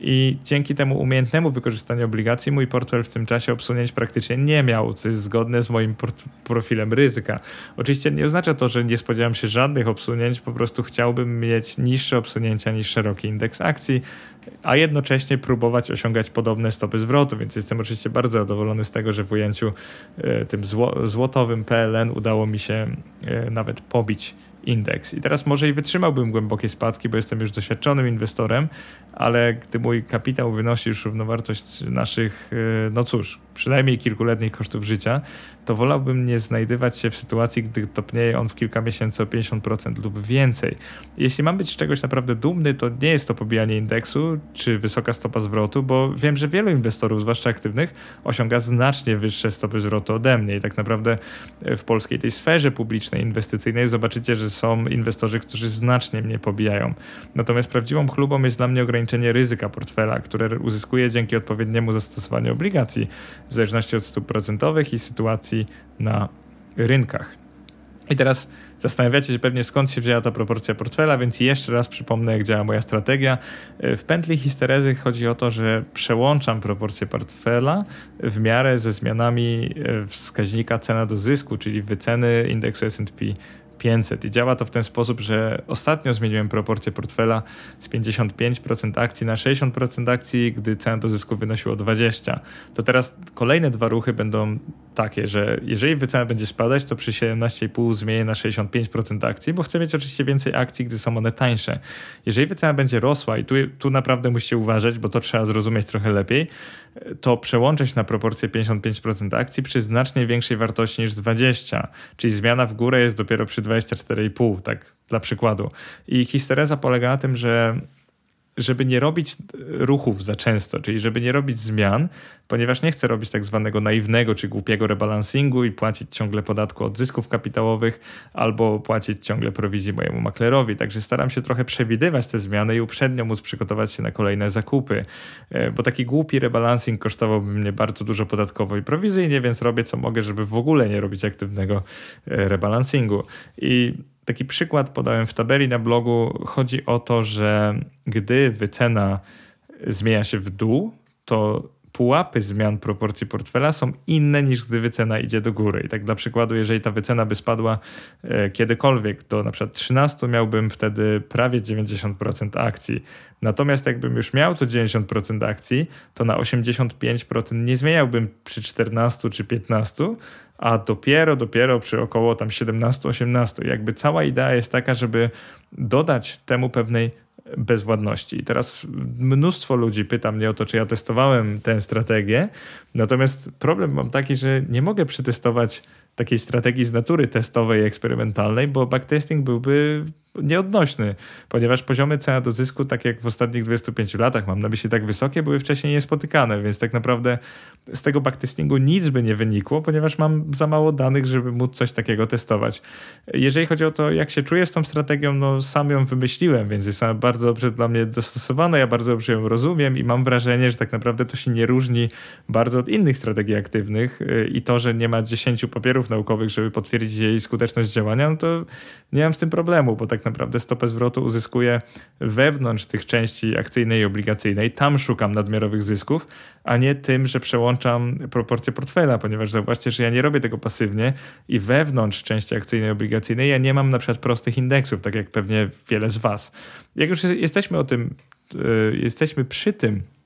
I dzięki temu umiejętnemu wykorzystaniu obligacji mój portfel w tym czasie obsunięć praktycznie nie miał, co jest zgodne z moim profilem ryzyka. Oczywiście nie oznacza to, że nie spodziewam się żadnych obsunięć, po prostu chciałbym mieć niższe obsunięcia niż szeroki indeks akcji, a jednocześnie próbować osiągać podobne stopy zwrotu, więc jestem oczywiście bardzo zadowolony z tego, że w ujęciu y, tym zło, złotowym P L N udało mi się y, nawet pobić indeks. I teraz może i wytrzymałbym głębokie spadki, bo jestem już doświadczonym inwestorem, ale gdy mój kapitał wynosi już równowartość naszych, no cóż, przynajmniej kilkuletnich kosztów życia, to wolałbym nie znajdywać się w sytuacji, gdy topnieje on w kilka miesięcy o pięćdziesiąt procent lub więcej. Jeśli mam być z czegoś naprawdę dumny, to nie jest to pobijanie indeksu czy wysoka stopa zwrotu, bo wiem, że wielu inwestorów, zwłaszcza aktywnych, osiąga znacznie wyższe stopy zwrotu ode mnie i tak naprawdę w polskiej tej sferze publicznej, inwestycyjnej zobaczycie, że są inwestorzy, którzy znacznie mnie pobijają. Natomiast prawdziwą chlubą jest dla mnie ograniczenie ryzyka portfela, które uzyskuję dzięki odpowiedniemu zastosowaniu obligacji w zależności od stóp procentowych i sytuacji na rynkach. I teraz zastanawiacie się pewnie, skąd się wzięła ta proporcja portfela, więc jeszcze raz przypomnę, jak działa moja strategia. W pętli histerezy chodzi o to, że przełączam proporcję portfela w miarę ze zmianami wskaźnika cena do zysku, czyli wyceny indeksu S and P pięćset. I działa to w ten sposób, że ostatnio zmieniłem proporcję portfela z pięćdziesiąt pięć procent akcji na sześćdziesiąt procent akcji, gdy cena do zysku wynosiła dwadzieścia procent. To teraz kolejne dwa ruchy będą takie, że jeżeli wycena będzie spadać, to przy siedemnaście i pół zmienię na sześćdziesiąt pięć procent akcji, bo chcę mieć oczywiście więcej akcji, gdy są one tańsze. Jeżeli wycena będzie rosła i tu, tu naprawdę musicie uważać, bo to trzeba zrozumieć trochę lepiej, to przełączać na proporcję pięćdziesiąt pięć procent akcji przy znacznie większej wartości niż dwadzieścia procent, czyli zmiana w górę jest dopiero przy dwadzieścia cztery i pół, tak dla przykładu. I histereza polega na tym, że żeby nie robić ruchów za często, czyli żeby nie robić zmian, ponieważ nie chcę robić tak zwanego naiwnego czy głupiego rebalansingu i płacić ciągle podatku od zysków kapitałowych albo płacić ciągle prowizji mojemu maklerowi. Także staram się trochę przewidywać te zmiany i uprzednio móc przygotować się na kolejne zakupy, bo taki głupi rebalansing kosztowałby mnie bardzo dużo podatkowo i prowizyjnie, więc robię co mogę, żeby w ogóle nie robić aktywnego rebalansingu. I taki przykład podałem w tabeli na blogu. Chodzi o to, że gdy wycena zmienia się w dół, to pułapy zmian proporcji portfela są inne niż gdy wycena idzie do góry. I tak dla przykładu, jeżeli ta wycena by spadła kiedykolwiek do na przykład trzynaście, miałbym wtedy prawie dziewięćdziesiąt procent akcji. Natomiast jakbym już miał to dziewięćdziesiąt procent akcji, to na osiemdziesiąt pięć procent nie zmieniałbym przy czternastu czy piętnastu, a dopiero, dopiero przy około tam siedemnaście osiemnaście. Jakby cała idea jest taka, żeby dodać temu pewnej bezwładności. I teraz mnóstwo ludzi pyta mnie o to, czy ja testowałem tę strategię, natomiast problem mam taki, że nie mogę przetestować takiej strategii z natury testowej i eksperymentalnej, bo backtesting byłby nieodnośny, ponieważ poziomy cena do zysku, tak jak w ostatnich dwudziestu pięciu latach, mam na myśli tak wysokie, były wcześniej niespotykane, więc tak naprawdę z tego backtestingu nic by nie wynikło, ponieważ mam za mało danych, żeby móc coś takiego testować. Jeżeli chodzi o to, jak się czuję z tą strategią, no sam ją wymyśliłem, więc jest ona bardzo dobrze dla mnie dostosowana, ja bardzo dobrze ją rozumiem i mam wrażenie, że tak naprawdę to się nie różni bardzo od innych strategii aktywnych i to, że nie ma dziesięciu papierów naukowych, żeby potwierdzić jej skuteczność działania, no to nie mam z tym problemu, bo tak naprawdę stopę zwrotu uzyskuję wewnątrz tych części akcyjnej i obligacyjnej. Tam szukam nadmiarowych zysków, a nie tym, że przełączam proporcję portfela, ponieważ zauważcie, że ja nie robię tego pasywnie i wewnątrz części akcyjnej i obligacyjnej ja nie mam na przykład prostych indeksów, tak jak pewnie wiele z was. Jak już jesteśmy o tym, yy, jesteśmy przy tym,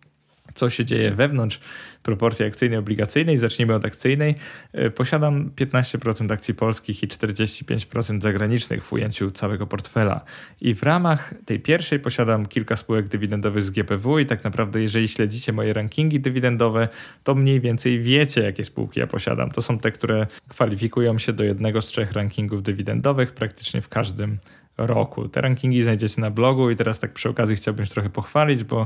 co się dzieje wewnątrz proporcji akcyjnej, obligacyjnej. Zacznijmy od akcyjnej. Posiadam piętnaście procent akcji polskich i czterdzieści pięć procent zagranicznych w ujęciu całego portfela. I w ramach tej pierwszej posiadam kilka spółek dywidendowych z G P W i tak naprawdę jeżeli śledzicie moje rankingi dywidendowe, to mniej więcej wiecie, jakie spółki ja posiadam. To są te, które kwalifikują się do jednego z trzech rankingów dywidendowych praktycznie w każdym roku. Te rankingi znajdziecie na blogu i teraz tak przy okazji chciałbym się trochę pochwalić, bo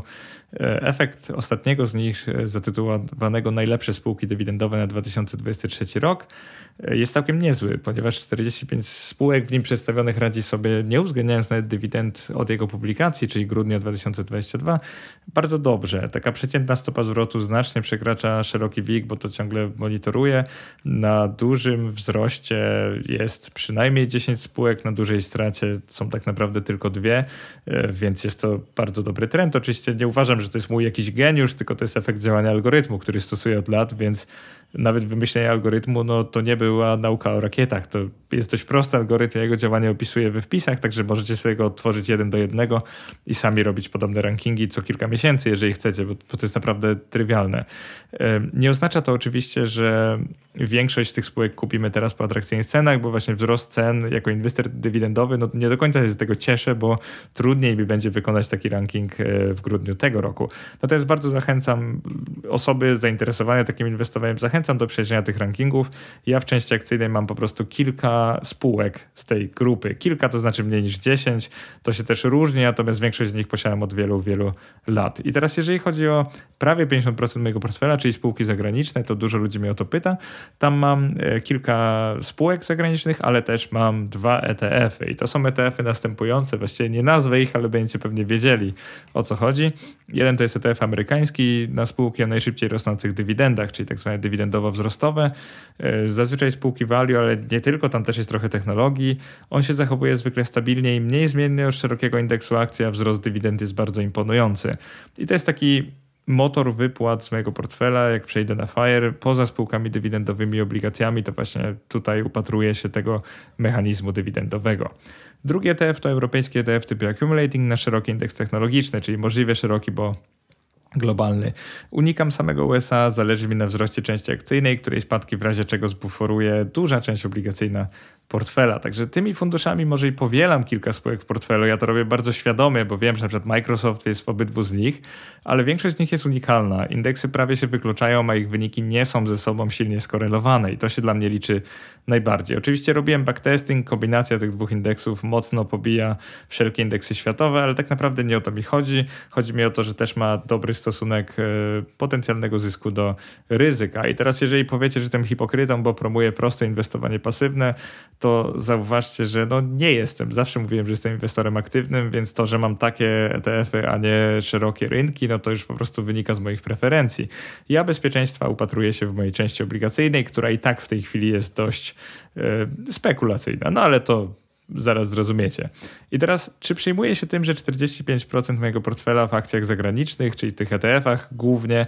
efekt ostatniego z nich zatytułowanego Najlepsze spółki dywidendowe na dwa tysiące dwudziesty trzeci rok jest całkiem niezły, ponieważ czterdzieści pięć spółek w nim przedstawionych radzi sobie, nie uwzględniając nawet dywidend od jego publikacji, czyli grudnia dwa tysiące dwudziestego drugiego, bardzo dobrze. Taka przeciętna stopa zwrotu znacznie przekracza szeroki W I G, bo to ciągle monitoruję. Na dużym wzroście jest przynajmniej dziesięć spółek, na dużej stracie są tak naprawdę tylko dwie, więc jest to bardzo dobry trend. Oczywiście nie uważam, że to jest mój jakiś geniusz, tylko to jest efekt działania algorytmu, który stosuję od lat, więc nawet wymyślenie algorytmu, no to nie była nauka o rakietach. To jest dość prosty algorytm, jego działanie opisuję we wpisach, także możecie sobie go odtworzyć jeden do jednego i sami robić podobne rankingi co kilka miesięcy, jeżeli chcecie, bo to jest naprawdę trywialne. Nie oznacza to oczywiście, że większość z tych spółek kupimy teraz po atrakcyjnych cenach, bo właśnie wzrost cen jako inwestor dywidendowy, no nie do końca się z tego cieszę, bo trudniej mi będzie wykonać taki ranking w grudniu tego roku. Natomiast bardzo zachęcam osoby zainteresowane takim inwestowaniem, zachęcam do przejrzenia tych rankingów. Ja w części akcyjnej mam po prostu kilka spółek z tej grupy. Kilka to znaczy mniej niż dziesięć. To się też różni, natomiast większość z nich posiadam od wielu, wielu lat. I teraz jeżeli chodzi o prawie pięćdziesiąt procent mojego portfela, czyli spółki zagraniczne, to dużo ludzi mnie o to pyta. Tam mam kilka spółek zagranicznych, ale też mam dwa E T F-y. I to są E T F-y następujące. Właściwie nie nazwę ich, ale będziecie pewnie wiedzieli, o co chodzi. Jeden to jest E T F amerykański na spółki o najszybciej rosnących dywidendach, czyli tak zwane dywidendowo-wzrostowe. Zazwyczaj spółki value, ale nie tylko, tam też jest trochę technologii. On się zachowuje zwykle stabilnie i mniej zmiennie od szerokiego indeksu akcji, a wzrost dywidend jest bardzo imponujący. I to jest taki motor wypłat z mojego portfela, jak przejdę na FIRE, poza spółkami dywidendowymi i obligacjami, to właśnie tutaj upatruje się tego mechanizmu dywidendowego. Drugi E T F to europejski E T F typu accumulating na szeroki indeks technologiczny, czyli możliwie szeroki, bo globalny. Unikam samego U S A, zależy mi na wzroście części akcyjnej, której spadki w razie czego zbuforuje duża część obligacyjna portfela. Także tymi funduszami może i powielam kilka spółek w portfelu. Ja to robię bardzo świadomie, bo wiem, że na przykład Microsoft jest w obydwu z nich, ale większość z nich jest unikalna. Indeksy prawie się wykluczają, a ich wyniki nie są ze sobą silnie skorelowane i to się dla mnie liczy najbardziej. Oczywiście robiłem backtesting, kombinacja tych dwóch indeksów mocno pobija wszelkie indeksy światowe, ale tak naprawdę nie o to mi chodzi. Chodzi mi o to, że też ma dobry stosunek potencjalnego zysku do ryzyka. I teraz jeżeli powiecie, że jestem hipokrytą, bo promuję proste inwestowanie pasywne, to zauważcie, że no nie jestem. Zawsze mówiłem, że jestem inwestorem aktywnym, więc to, że mam takie E T F-y, a nie szerokie rynki, no to już po prostu wynika z moich preferencji. Ja bezpieczeństwa upatruję się w mojej części obligacyjnej, która i tak w tej chwili jest dość yy, spekulacyjna. No ale to zaraz zrozumiecie. I teraz, czy przejmuję się tym, że czterdzieści pięć procent mojego portfela w akcjach zagranicznych, czyli tych E T F-ach głównie,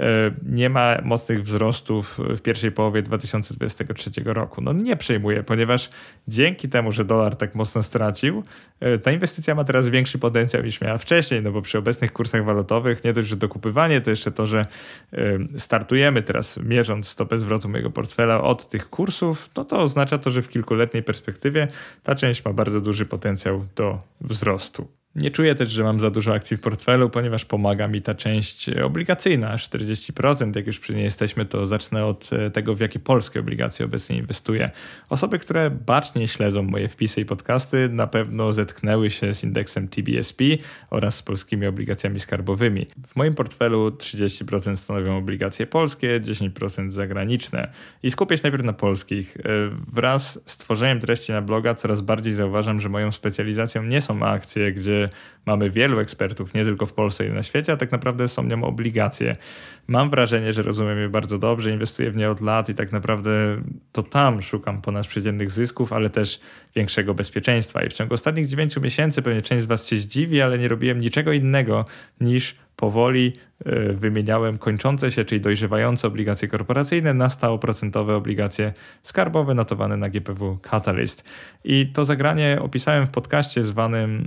nie ma mocnych wzrostów w pierwszej połowie dwa tysiące dwudziestego trzeciego roku? No nie przejmuję, ponieważ dzięki temu, że dolar tak mocno stracił, ta inwestycja ma teraz większy potencjał niż miała wcześniej, no bo przy obecnych kursach walutowych nie dość, że dokupywanie, to jeszcze to, że startujemy teraz mierząc stopę zwrotu mojego portfela od tych kursów, no to oznacza to, że w kilkuletniej perspektywie ta część ma bardzo duży potencjał do wzrostu. Nie czuję też, że mam za dużo akcji w portfelu, ponieważ pomaga mi ta część obligacyjna, czterdzieści procent. Jak już przy niej jesteśmy, to zacznę od tego, w jakie polskie obligacje obecnie inwestuję. Osoby, które bacznie śledzą moje wpisy i podcasty, na pewno zetknęły się z indeksem T B S P oraz z polskimi obligacjami skarbowymi. W moim portfelu trzydzieści procent stanowią obligacje polskie, dziesięć procent zagraniczne. I skupię się najpierw na polskich. Wraz z tworzeniem treści na bloga coraz bardziej zauważam, że moją specjalizacją nie są akcje, gdzie mamy wielu ekspertów, nie tylko w Polsce i na świecie, a tak naprawdę są nią obligacje. Mam wrażenie, że rozumiem je bardzo dobrze, inwestuję w nie od lat i tak naprawdę to tam szukam ponadprzedziennych zysków, ale też większego bezpieczeństwa. I w ciągu ostatnich dziewięciu miesięcy pewnie część z was się zdziwi, ale nie robiłem niczego innego niż powoli wymieniałem kończące się, czyli dojrzewające obligacje korporacyjne na stałoprocentowe obligacje skarbowe notowane na G P W Catalyst. I to zagranie opisałem w podcaście zwanym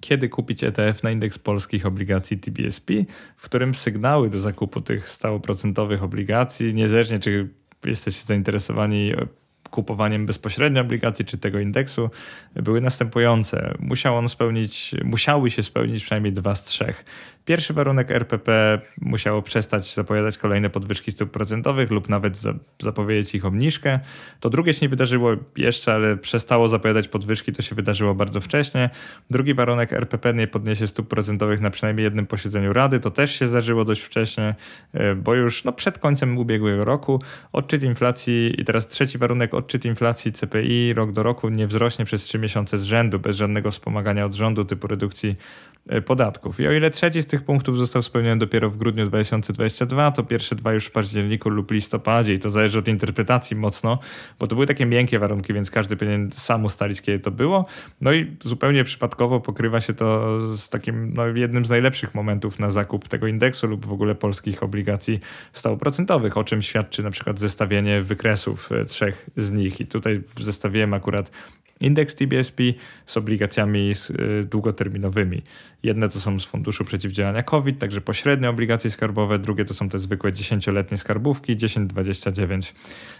kiedy kupić E T F na indeks polskich obligacji T B S P, w którym sygnały do zakupu tych stałoprocentowych obligacji, niezależnie czy jesteście zainteresowani kupowaniem bezpośrednio obligacji czy tego indeksu, były następujące. Musiał on spełnić, musiały się spełnić przynajmniej dwa z trzech. Pierwszy warunek R P P musiało przestać zapowiadać kolejne podwyżki stóp procentowych lub nawet za, zapowiedzieć ich obniżkę. To drugie się nie wydarzyło jeszcze, ale przestało zapowiadać podwyżki, to się wydarzyło bardzo wcześnie. Drugi warunek R P P nie podniesie stóp procentowych na przynajmniej jednym posiedzeniu Rady. To też się zdarzyło dość wcześnie, bo już no, przed końcem ubiegłego roku odczyt inflacji i teraz trzeci warunek, odczyt inflacji C P I rok do roku nie wzrośnie przez trzy miesiące z rzędu bez żadnego wspomagania od rządu typu redukcji podatków. I o ile trzeci z tych punktów został spełniony dopiero w grudniu dwa tysiące dwudziestego drugiego, to pierwsze dwa już w październiku lub listopadzie i to zależy od interpretacji mocno, bo to były takie miękkie warunki, więc każdy powinien sam ustalić, kiedy to było. No i zupełnie przypadkowo pokrywa się to z takim no, jednym z najlepszych momentów na zakup tego indeksu lub w ogóle polskich obligacji stałoprocentowych, o czym świadczy na przykład zestawienie wykresów trzech z nich. I tutaj zestawiłem akurat indeks T B S P z obligacjami długoterminowymi. Jedne to są z Funduszu Przeciwdziałania COVID, także pośrednie obligacje skarbowe, drugie to są te zwykłe dziesięcioletnie skarbówki dziesięć dwadzieścia dziewięć.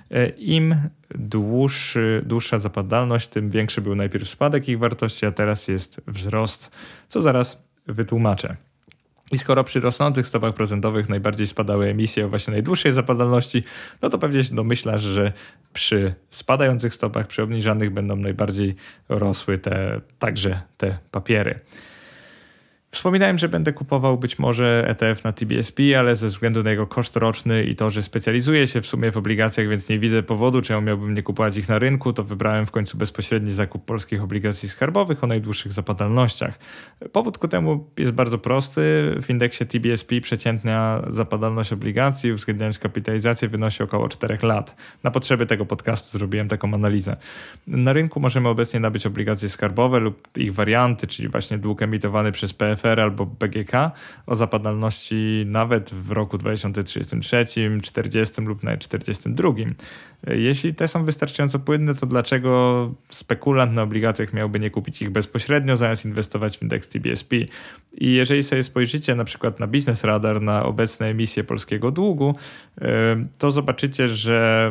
Im dłuższy, dłuższa zapadalność, tym większy był najpierw spadek ich wartości, a teraz jest wzrost, co zaraz wytłumaczę. I skoro przy rosnących stopach procentowych najbardziej spadały emisje o właśnie najdłuższej zapadalności, no to pewnie się domyślasz, że przy spadających stopach, przy obniżanych będą najbardziej rosły te, także te papiery. Wspominałem, że będę kupował być może E T F na T B S P, ale ze względu na jego koszt roczny i to, że specjalizuję się w sumie w obligacjach, więc nie widzę powodu, czemu miałbym nie kupować ich na rynku, to wybrałem w końcu bezpośredni zakup polskich obligacji skarbowych o najdłuższych zapadalnościach. Powód ku temu jest bardzo prosty. W indeksie T B S P przeciętna zapadalność obligacji, uwzględniając kapitalizację, wynosi około czterech lat. Na potrzeby tego podcastu zrobiłem taką analizę. Na rynku możemy obecnie nabyć obligacje skarbowe lub ich warianty, czyli właśnie dług emitowany przez P F R albo B G K o zapadalności nawet w roku dwa tysiące trzydziestym trzecim, czterdziestym lub nawet czterdziestym drugim. Jeśli te są wystarczająco płynne, to dlaczego spekulant na obligacjach miałby nie kupić ich bezpośrednio, zamiast inwestować w indeks T B S P? I jeżeli sobie spojrzycie na przykład na Business Radar, na obecne emisje polskiego długu, to zobaczycie, że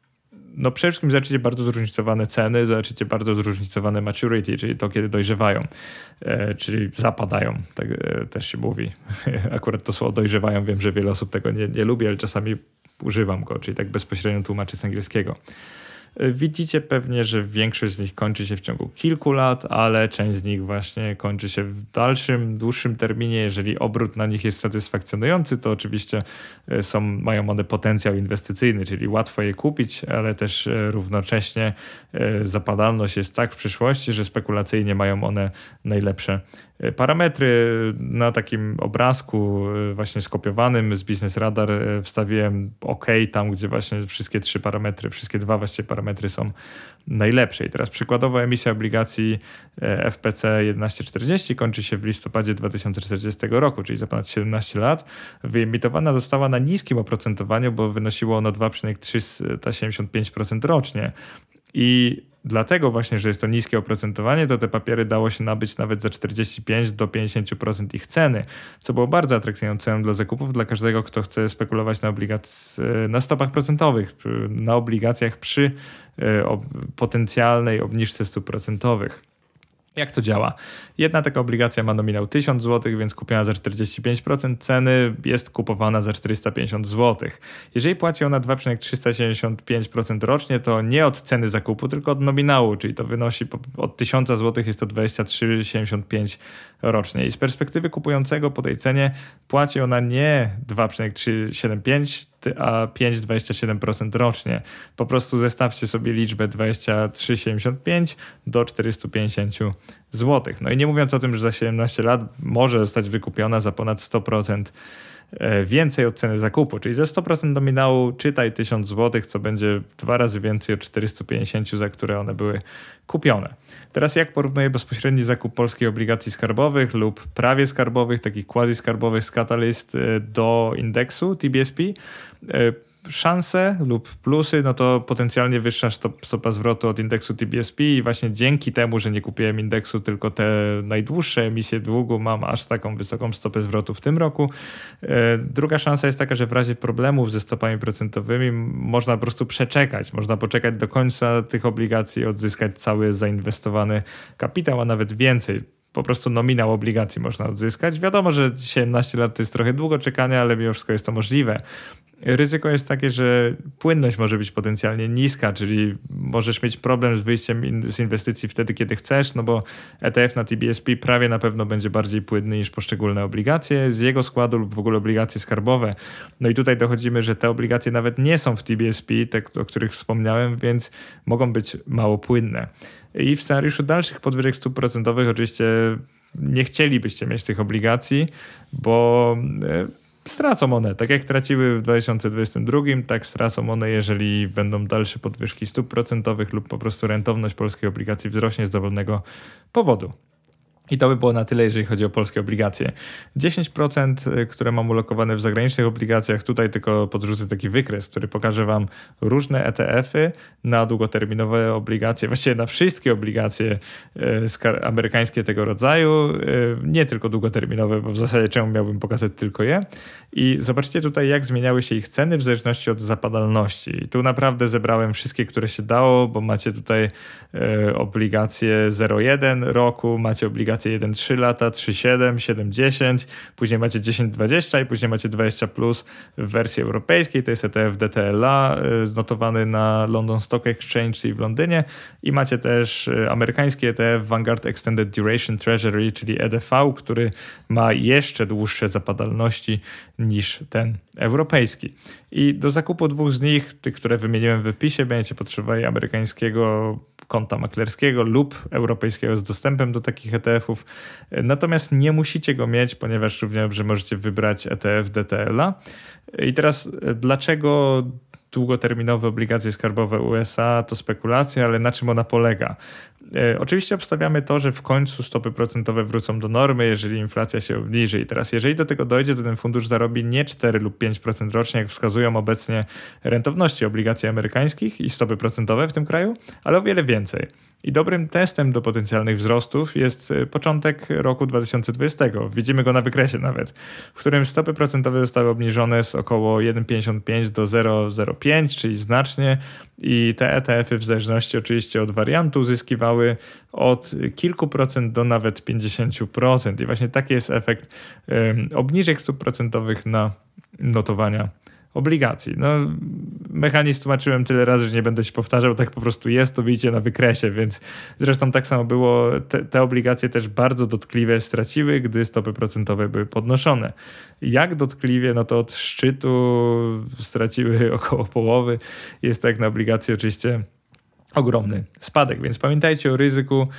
no przede wszystkim zobaczycie bardzo zróżnicowane ceny, zobaczycie bardzo zróżnicowane maturity, czyli to, kiedy dojrzewają, e, czyli zapadają, tak e, też się mówi. Akurat to słowo dojrzewają, wiem, że wiele osób tego nie, nie lubi, ale czasami używam go, czyli tak bezpośrednio tłumaczę z angielskiego. Widzicie pewnie, że większość z nich kończy się w ciągu kilku lat, ale część z nich właśnie kończy się w dalszym, dłuższym terminie. Jeżeli obrót na nich jest satysfakcjonujący, to oczywiście są, mają one potencjał inwestycyjny, czyli łatwo je kupić, ale też równocześnie zapadalność jest tak w przyszłości, że spekulacyjnie mają one najlepsze parametry. Na takim obrazku właśnie skopiowanym z Business Radar wstawiłem OK, tam gdzie właśnie wszystkie trzy parametry, wszystkie dwa właściwie parametry są najlepsze. I teraz przykładowo emisja obligacji F P C jedenaście czterdzieści kończy się w listopadzie dwa tysiące czterdziestego roku, czyli za ponad siedemnaście lat. Wyemitowana została na niskim oprocentowaniu, bo wynosiło ono dwa przecinek trzysta siedemdziesiąt pięć procent rocznie. I dlatego właśnie, że jest to niskie oprocentowanie, to te papiery dało się nabyć nawet za czterdzieści pięć do pięćdziesięciu procent ich ceny, co było bardzo atrakcyjną ceną dla zakupów dla każdego, kto chce spekulować na, obligac- na stopach procentowych, na obligacjach przy potencjalnej obniżce stóp procentowych. Jak to działa? Jedna taka obligacja ma nominał tysiąc złotych, więc kupiona za czterdzieści pięć procent ceny jest kupowana za czterysta pięćdziesiąt złotych. Jeżeli płaci ona dwa przecinek trzysta siedemdziesiąt pięć procent rocznie, to nie od ceny zakupu, tylko od nominału, czyli to wynosi od tysiąc złotych jest to dwadzieścia trzy przecinek siedemdziesiąt pięć rocznie. I z perspektywy kupującego po tej cenie płaci ona nie dwa przecinek trzysta siedemdziesiąt pięć, a pięć przecinek dwadzieścia siedem procent rocznie. Po prostu zestawcie sobie liczbę dwadzieścia trzy przecinek siedemdziesiąt pięć do czterysta pięćdziesiąt złotych. No i nie mówiąc o tym, że za siedemnaście lat może zostać wykupiona za ponad sto procent więcej od ceny zakupu, czyli za sto procent nominału czytaj tysiąc złotych, co będzie dwa razy więcej od czterysta pięćdziesiąt, za które one były kupione. Teraz jak porównuję bezpośredni zakup polskich obligacji skarbowych lub prawie skarbowych, takich quasi-skarbowych z Catalyst do indeksu T B S P? szanse lub plusy, no to potencjalnie wyższa stopa zwrotu od indeksu T B S P i właśnie dzięki temu, że nie kupiłem indeksu tylko te najdłuższe emisje długu, mam aż taką wysoką stopę zwrotu w tym roku. Druga szansa jest taka, że w razie problemów ze stopami procentowymi można po prostu przeczekać, można poczekać do końca tych obligacji, odzyskać cały zainwestowany kapitał, a nawet więcej. Po prostu nominał obligacji można odzyskać. Wiadomo, że siedemnaście lat to jest trochę długo czekania, ale mimo wszystko jest to możliwe. Ryzyko jest takie, że płynność może być potencjalnie niska, czyli możesz mieć problem z wyjściem z inwestycji wtedy, kiedy chcesz, no bo E T F na T B S P prawie na pewno będzie bardziej płynny niż poszczególne obligacje z jego składu lub w ogóle obligacje skarbowe. No i tutaj dochodzimy, że te obligacje nawet nie są w T B S P, te, o których wspomniałem, więc mogą być mało płynne. I w scenariuszu dalszych podwyżek stóp procentowych oczywiście nie chcielibyście mieć tych obligacji, bo stracą one. Tak jak traciły w dwa tysiące dwudziestym drugim, tak stracą one, jeżeli będą dalsze podwyżki stóp procentowych lub po prostu rentowność polskiej obligacji wzrośnie z dowolnego powodu. I to by było na tyle, jeżeli chodzi o polskie obligacje. dziesięć procent, które mam ulokowane w zagranicznych obligacjach, tutaj tylko podrzucę taki wykres, który pokaże wam różne E T F-y na długoterminowe obligacje, właściwie na wszystkie obligacje amerykańskie tego rodzaju, nie tylko długoterminowe, bo w zasadzie czemu miałbym pokazać tylko je. I zobaczcie tutaj, jak zmieniały się ich ceny w zależności od zapadalności. I tu naprawdę zebrałem wszystkie, które się dało, bo macie tutaj obligacje zero przecinek jeden roku, macie obligacje jeden przecinek trzy lata, trzy przecinek siedem, siedem przecinek dziesięć, później macie dziesięć przecinek dwadzieścia i później macie dwadzieścia plus w wersji europejskiej, to jest E T F D T L A znotowany na London Stock Exchange, czyli w Londynie, i macie też amerykański E T F Vanguard Extended Duration Treasury, czyli E D V, który ma jeszcze dłuższe zapadalności niż ten europejski. I do zakupu dwóch z nich, tych, które wymieniłem w wypisie, będziecie potrzebowali amerykańskiego konta maklerskiego lub europejskiego z dostępem do takich E T F-ów. Natomiast nie musicie go mieć, ponieważ równie dobrze możecie wybrać E T F D T L A. I teraz dlaczego długoterminowe obligacje skarbowe U S A to spekulacja, ale na czym ona polega? E, oczywiście obstawiamy to, że w końcu stopy procentowe wrócą do normy, jeżeli inflacja się obniży. I teraz jeżeli do tego dojdzie, to ten fundusz zarobi nie cztery lub pięć procent rocznie, jak wskazują obecnie rentowności obligacji amerykańskich i stopy procentowe w tym kraju, ale o wiele więcej. I dobrym testem do potencjalnych wzrostów jest początek roku dwa tysiące dwudziestego. Widzimy go na wykresie nawet, w którym stopy procentowe zostały obniżone z około jeden przecinek pięćdziesiąt pięć do zero przecinek zero pięć, czyli znacznie, i te E T F-y w zależności oczywiście od wariantu zyskiwały od kilku procent do nawet pięćdziesięciu procent. I właśnie taki jest efekt um, obniżek stóp procentowych na notowania obligacji. No, mechanizm tłumaczyłem tyle razy, że nie będę się powtarzał, tak po prostu jest, to widzicie na wykresie, więc zresztą tak samo było, te, te obligacje też bardzo dotkliwie straciły, gdy stopy procentowe były podnoszone. Jak dotkliwie? No to od szczytu straciły około połowy. Jest tak na obligacje oczywiście ogromny spadek, więc pamiętajcie o ryzyku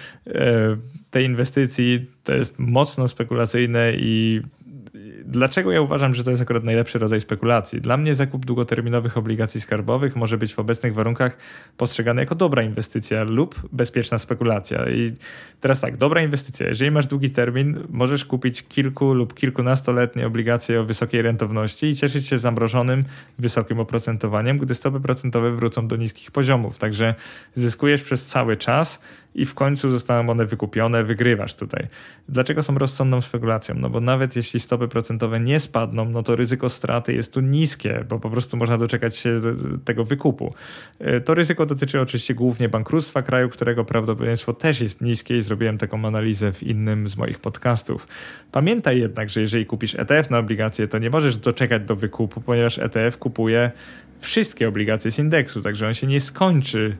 tej inwestycji, to jest mocno spekulacyjne. I dlaczego ja uważam, że to jest akurat najlepszy rodzaj spekulacji? Dla mnie zakup długoterminowych obligacji skarbowych może być w obecnych warunkach postrzegany jako dobra inwestycja lub bezpieczna spekulacja. I teraz tak, dobra inwestycja. Jeżeli masz długi termin, możesz kupić kilku lub kilkunastoletnie obligacje o wysokiej rentowności i cieszyć się zamrożonym, wysokim oprocentowaniem, gdy stopy procentowe wrócą do niskich poziomów. Także zyskujesz przez cały czas i w końcu zostaną one wykupione, wygrywasz tutaj. Dlaczego są rozsądną spekulacją? No bo nawet jeśli stopy procentowe nie spadną, no to ryzyko straty jest tu niskie, bo po prostu można doczekać się tego wykupu. To ryzyko dotyczy oczywiście głównie bankructwa kraju, którego prawdopodobieństwo też jest niskie i zrobiłem taką analizę w innym z moich podcastów. Pamiętaj jednak, że jeżeli kupisz E T F na obligacje, to nie możesz doczekać do wykupu, ponieważ E T F kupuje wszystkie obligacje z indeksu, także on się nie skończy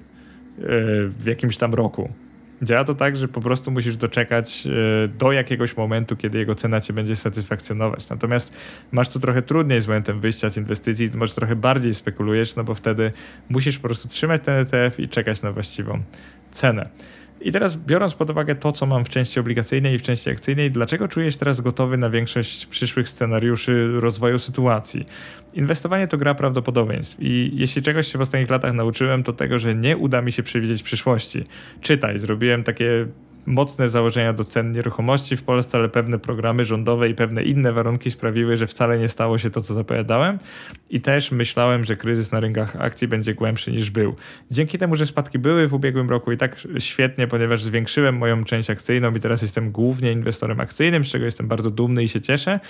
w jakimś tam roku. Działa to tak, że po prostu musisz doczekać do jakiegoś momentu, kiedy jego cena cię będzie satysfakcjonować. Natomiast masz tu trochę trudniej z momentem wyjścia z inwestycji, może trochę bardziej spekulujesz, no bo wtedy musisz po prostu trzymać ten E T F i czekać na właściwą cenę. I teraz biorąc pod uwagę to, co mam w części obligacyjnej i w części akcyjnej, dlaczego czuję się teraz gotowy na większość przyszłych scenariuszy rozwoju sytuacji? Inwestowanie to gra prawdopodobieństw i jeśli czegoś się w ostatnich latach nauczyłem, to tego, że nie uda mi się przewidzieć przyszłości. Czytaj, zrobiłem takie mocne założenia do cen nieruchomości w Polsce, ale pewne programy rządowe i pewne inne warunki sprawiły, że wcale nie stało się to, co zapowiadałem i też myślałem, że kryzys na rynkach akcji będzie głębszy niż był. Dzięki temu, że spadki były w ubiegłym roku i tak świetnie, ponieważ zwiększyłem moją część akcyjną i teraz jestem głównie inwestorem akcyjnym, z czego jestem bardzo dumny i się cieszę,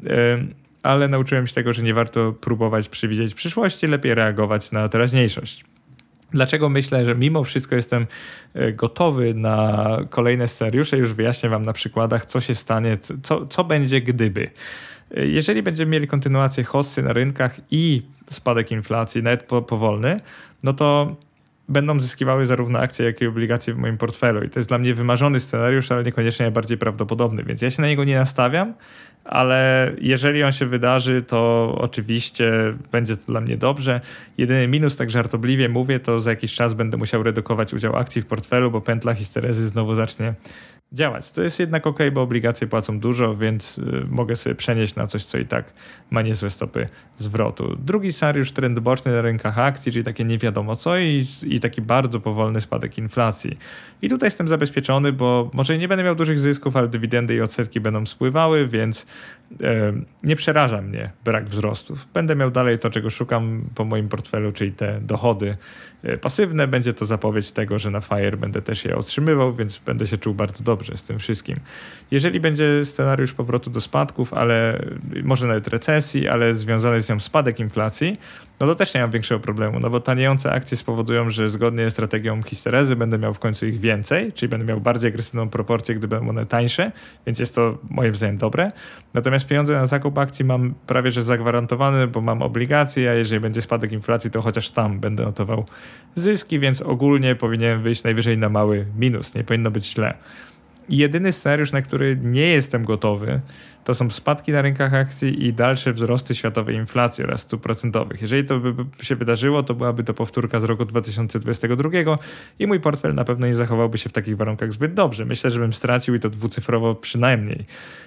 ale nauczyłem się tego, że nie warto próbować przewidzieć przyszłości, lepiej reagować na teraźniejszość. Dlaczego myślę, że mimo wszystko jestem gotowy na kolejne scenariusze? Już wyjaśnię wam na przykładach, co się stanie, co, co będzie gdyby. Jeżeli będziemy mieli kontynuację hossy na rynkach i spadek inflacji, nawet powolny, no to będą zyskiwały zarówno akcje, jak i obligacje w moim portfelu. I to jest dla mnie wymarzony scenariusz, ale niekoniecznie najbardziej prawdopodobny, więc ja się na niego nie nastawiam, ale jeżeli on się wydarzy, to oczywiście będzie to dla mnie dobrze. Jedyny minus, tak żartobliwie mówię, to za jakiś czas będę musiał redukować udział akcji w portfelu, bo pętla histerezy znowu zacznie działać. To jest jednak ok, bo obligacje płacą dużo, więc mogę sobie przenieść na coś, co i tak ma niezłe stopy zwrotu. Drugi scenariusz, trend boczny na rynkach akcji, czyli takie nie wiadomo co i, i taki bardzo powolny spadek inflacji. I tutaj jestem zabezpieczony, bo może nie będę miał dużych zysków, ale dywidendy i odsetki będą spływały, więc e, nie przeraża mnie brak wzrostów. Będę miał dalej to, czego szukam po moim portfelu, czyli te dochody e, pasywne. Będzie to zapowiedź tego, że na FIRE będę też je otrzymywał, więc będę się czuł bardzo dobrze z tym wszystkim. Jeżeli będzie scenariusz powrotu do spadków, ale może nawet recesji, ale związany z nią spadek inflacji, no to też nie mam większego problemu, no bo taniejące akcje spowodują, że zgodnie ze strategią histerezy będę miał w końcu ich więcej, czyli będę miał bardziej agresywną proporcję, gdy będą one tańsze, więc jest to moim zdaniem dobre. Natomiast pieniądze na zakup akcji mam prawie że zagwarantowane, bo mam obligacje, a jeżeli będzie spadek inflacji, to chociaż tam będę notował zyski, więc ogólnie powinienem wyjść najwyżej na mały minus, nie powinno być źle. I jedyny scenariusz, na który nie jestem gotowy, to są spadki na rynkach akcji i dalsze wzrosty światowej inflacji oraz stóp procentowych. Jeżeli to by się wydarzyło, to byłaby to powtórka z roku dwa tysiące dwudziestego drugiego i mój portfel na pewno nie zachowałby się w takich warunkach zbyt dobrze. Myślę, że bym stracił i to dwucyfrowo przynajmniej.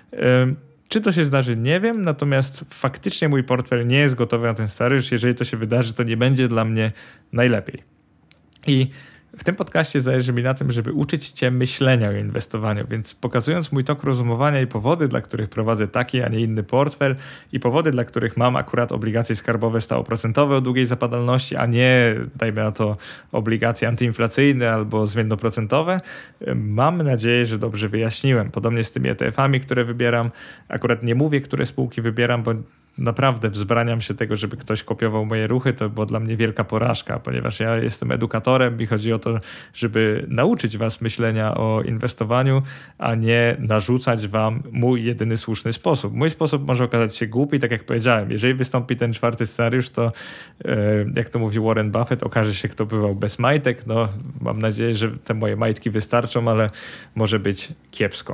Czy to się zdarzy? Nie wiem, natomiast faktycznie mój portfel nie jest gotowy na ten scenariusz. Jeżeli to się wydarzy, to nie będzie dla mnie najlepiej. I w tym podcaście zależy mi na tym, żeby uczyć cię myślenia o inwestowaniu, więc pokazując mój tok rozumowania i powody, dla których prowadzę taki, a nie inny portfel i powody, dla których mam akurat obligacje skarbowe stałoprocentowe o długiej zapadalności, a nie, dajmy na to, obligacje antyinflacyjne albo zmiennoprocentowe, mam nadzieję, że dobrze wyjaśniłem. Podobnie z tymi E T F-ami, które wybieram. Akurat nie mówię, które spółki wybieram, bo naprawdę wzbraniam się tego, żeby ktoś kopiował moje ruchy, to była dla mnie wielka porażka, ponieważ ja jestem edukatorem i chodzi o to, żeby nauczyć was myślenia o inwestowaniu, a nie narzucać wam mój jedyny słuszny sposób. Mój sposób może okazać się głupi, tak jak powiedziałem. Jeżeli wystąpi ten czwarty scenariusz, to jak to mówi Warren Buffett, okaże się, kto bywał bez majtek. No, mam nadzieję, że te moje majtki wystarczą, ale może być kiepsko.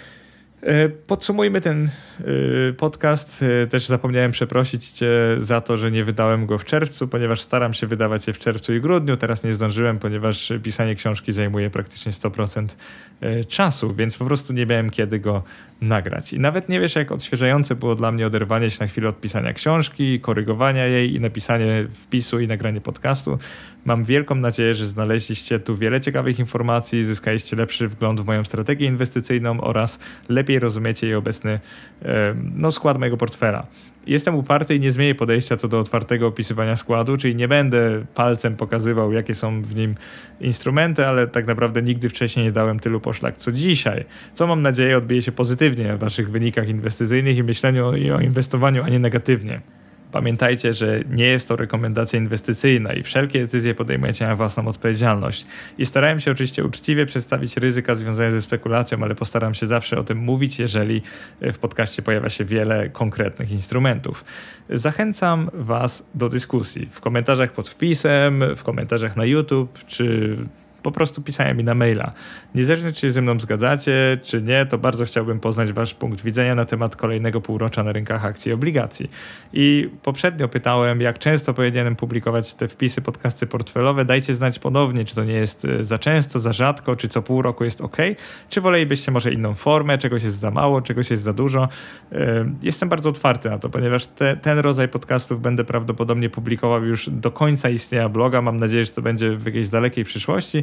Podsumujmy ten podcast. Też zapomniałem przeprosić cię za to, że nie wydałem go w czerwcu, ponieważ staram się wydawać je w czerwcu i grudniu. Teraz nie zdążyłem, ponieważ pisanie książki zajmuje praktycznie sto procent czasu, więc po prostu nie miałem kiedy go nagrać. I nawet nie wiesz, jak odświeżające było dla mnie oderwanie się na chwilę od pisania książki, korygowania jej i napisanie wpisu i nagranie podcastu. Mam wielką nadzieję, że znaleźliście tu wiele ciekawych informacji, zyskaliście lepszy wgląd w moją strategię inwestycyjną oraz lepiej rozumiecie jej obecny no, skład mojego portfela. Jestem uparty i nie zmienię podejścia co do otwartego opisywania składu, czyli nie będę palcem pokazywał, jakie są w nim instrumenty, ale tak naprawdę nigdy wcześniej nie dałem tylu poszlak co dzisiaj, co mam nadzieję odbije się pozytywnie w waszych wynikach inwestycyjnych i myśleniu o inwestowaniu, a nie negatywnie. Pamiętajcie, że nie jest to rekomendacja inwestycyjna i wszelkie decyzje podejmujecie na własną odpowiedzialność. I starałem się oczywiście uczciwie przedstawić ryzyka związane ze spekulacją, ale postaram się zawsze o tym mówić, jeżeli w podcaście pojawia się wiele konkretnych instrumentów. Zachęcam was do dyskusji w komentarzach pod wpisem, w komentarzach na YouTube, czy po prostu pisania mi na maila. Niezależnie czy się ze mną zgadzacie, czy nie, to bardzo chciałbym poznać wasz punkt widzenia na temat kolejnego półrocza na rynkach akcji i obligacji. I poprzednio pytałem, jak często powinienem publikować te wpisy, podcasty portfelowe. Dajcie znać ponownie, czy to nie jest za często, za rzadko, czy co pół roku jest ok, czy wolelibyście może inną formę, czegoś jest za mało, czegoś jest za dużo. Jestem bardzo otwarty na to, ponieważ te, ten rodzaj podcastów będę prawdopodobnie publikował już do końca istnienia bloga. Mam nadzieję, że to będzie w jakiejś dalekiej przyszłości.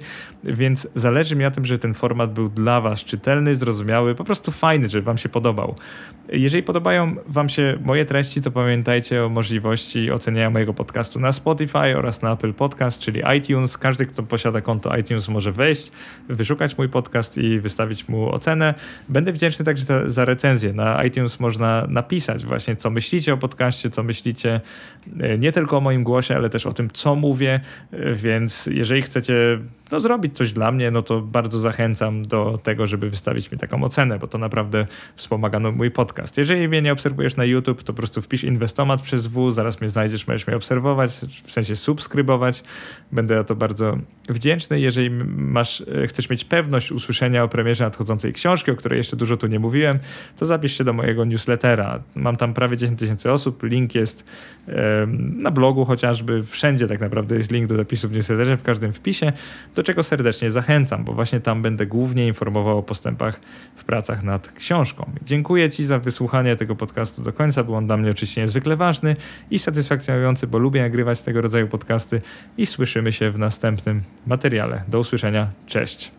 więc zależy mi na tym, żeby ten format był dla was czytelny, zrozumiały, po prostu fajny, żeby wam się podobał. Jeżeli podobają wam się moje treści, to pamiętajcie o możliwości oceniania mojego podcastu na Spotify oraz na Apple Podcast, czyli iTunes. Każdy, kto posiada konto iTunes, może wejść, wyszukać mój podcast i wystawić mu ocenę. Będę wdzięczny także za, za recenzję. Na iTunes można napisać właśnie, co myślicie o podcaście, co myślicie nie tylko o moim głosie, ale też o tym, co mówię, więc jeżeli chcecie no, zrobić coś dla mnie, no to bardzo zachęcam do tego, żeby wystawić mi taką ocenę, bo to naprawdę wspomaga no, mój podcast. Jeżeli mnie nie obserwujesz na YouTube, to po prostu wpisz Inwestomat przez W, zaraz mnie znajdziesz, możesz mnie obserwować, w sensie subskrybować. Będę za to bardzo wdzięczny. Jeżeli masz, chcesz mieć pewność usłyszenia o premierze nadchodzącej książki, o której jeszcze dużo tu nie mówiłem, to zapisz się do mojego newslettera. Mam tam prawie dziesięć tysięcy osób, link jest na blogu chociażby, wszędzie tak naprawdę jest link do zapisu w newsletterze, w każdym wpisie, do czego serdecznie zachęcam, bo właśnie tam będę głównie informował o postępach w pracach nad książką. Dziękuję Ci za wysłuchanie tego podcastu do końca, był on dla mnie oczywiście niezwykle ważny i satysfakcjonujący, bo lubię nagrywać tego rodzaju podcasty i słyszymy się w następnym materiale. Do usłyszenia, cześć!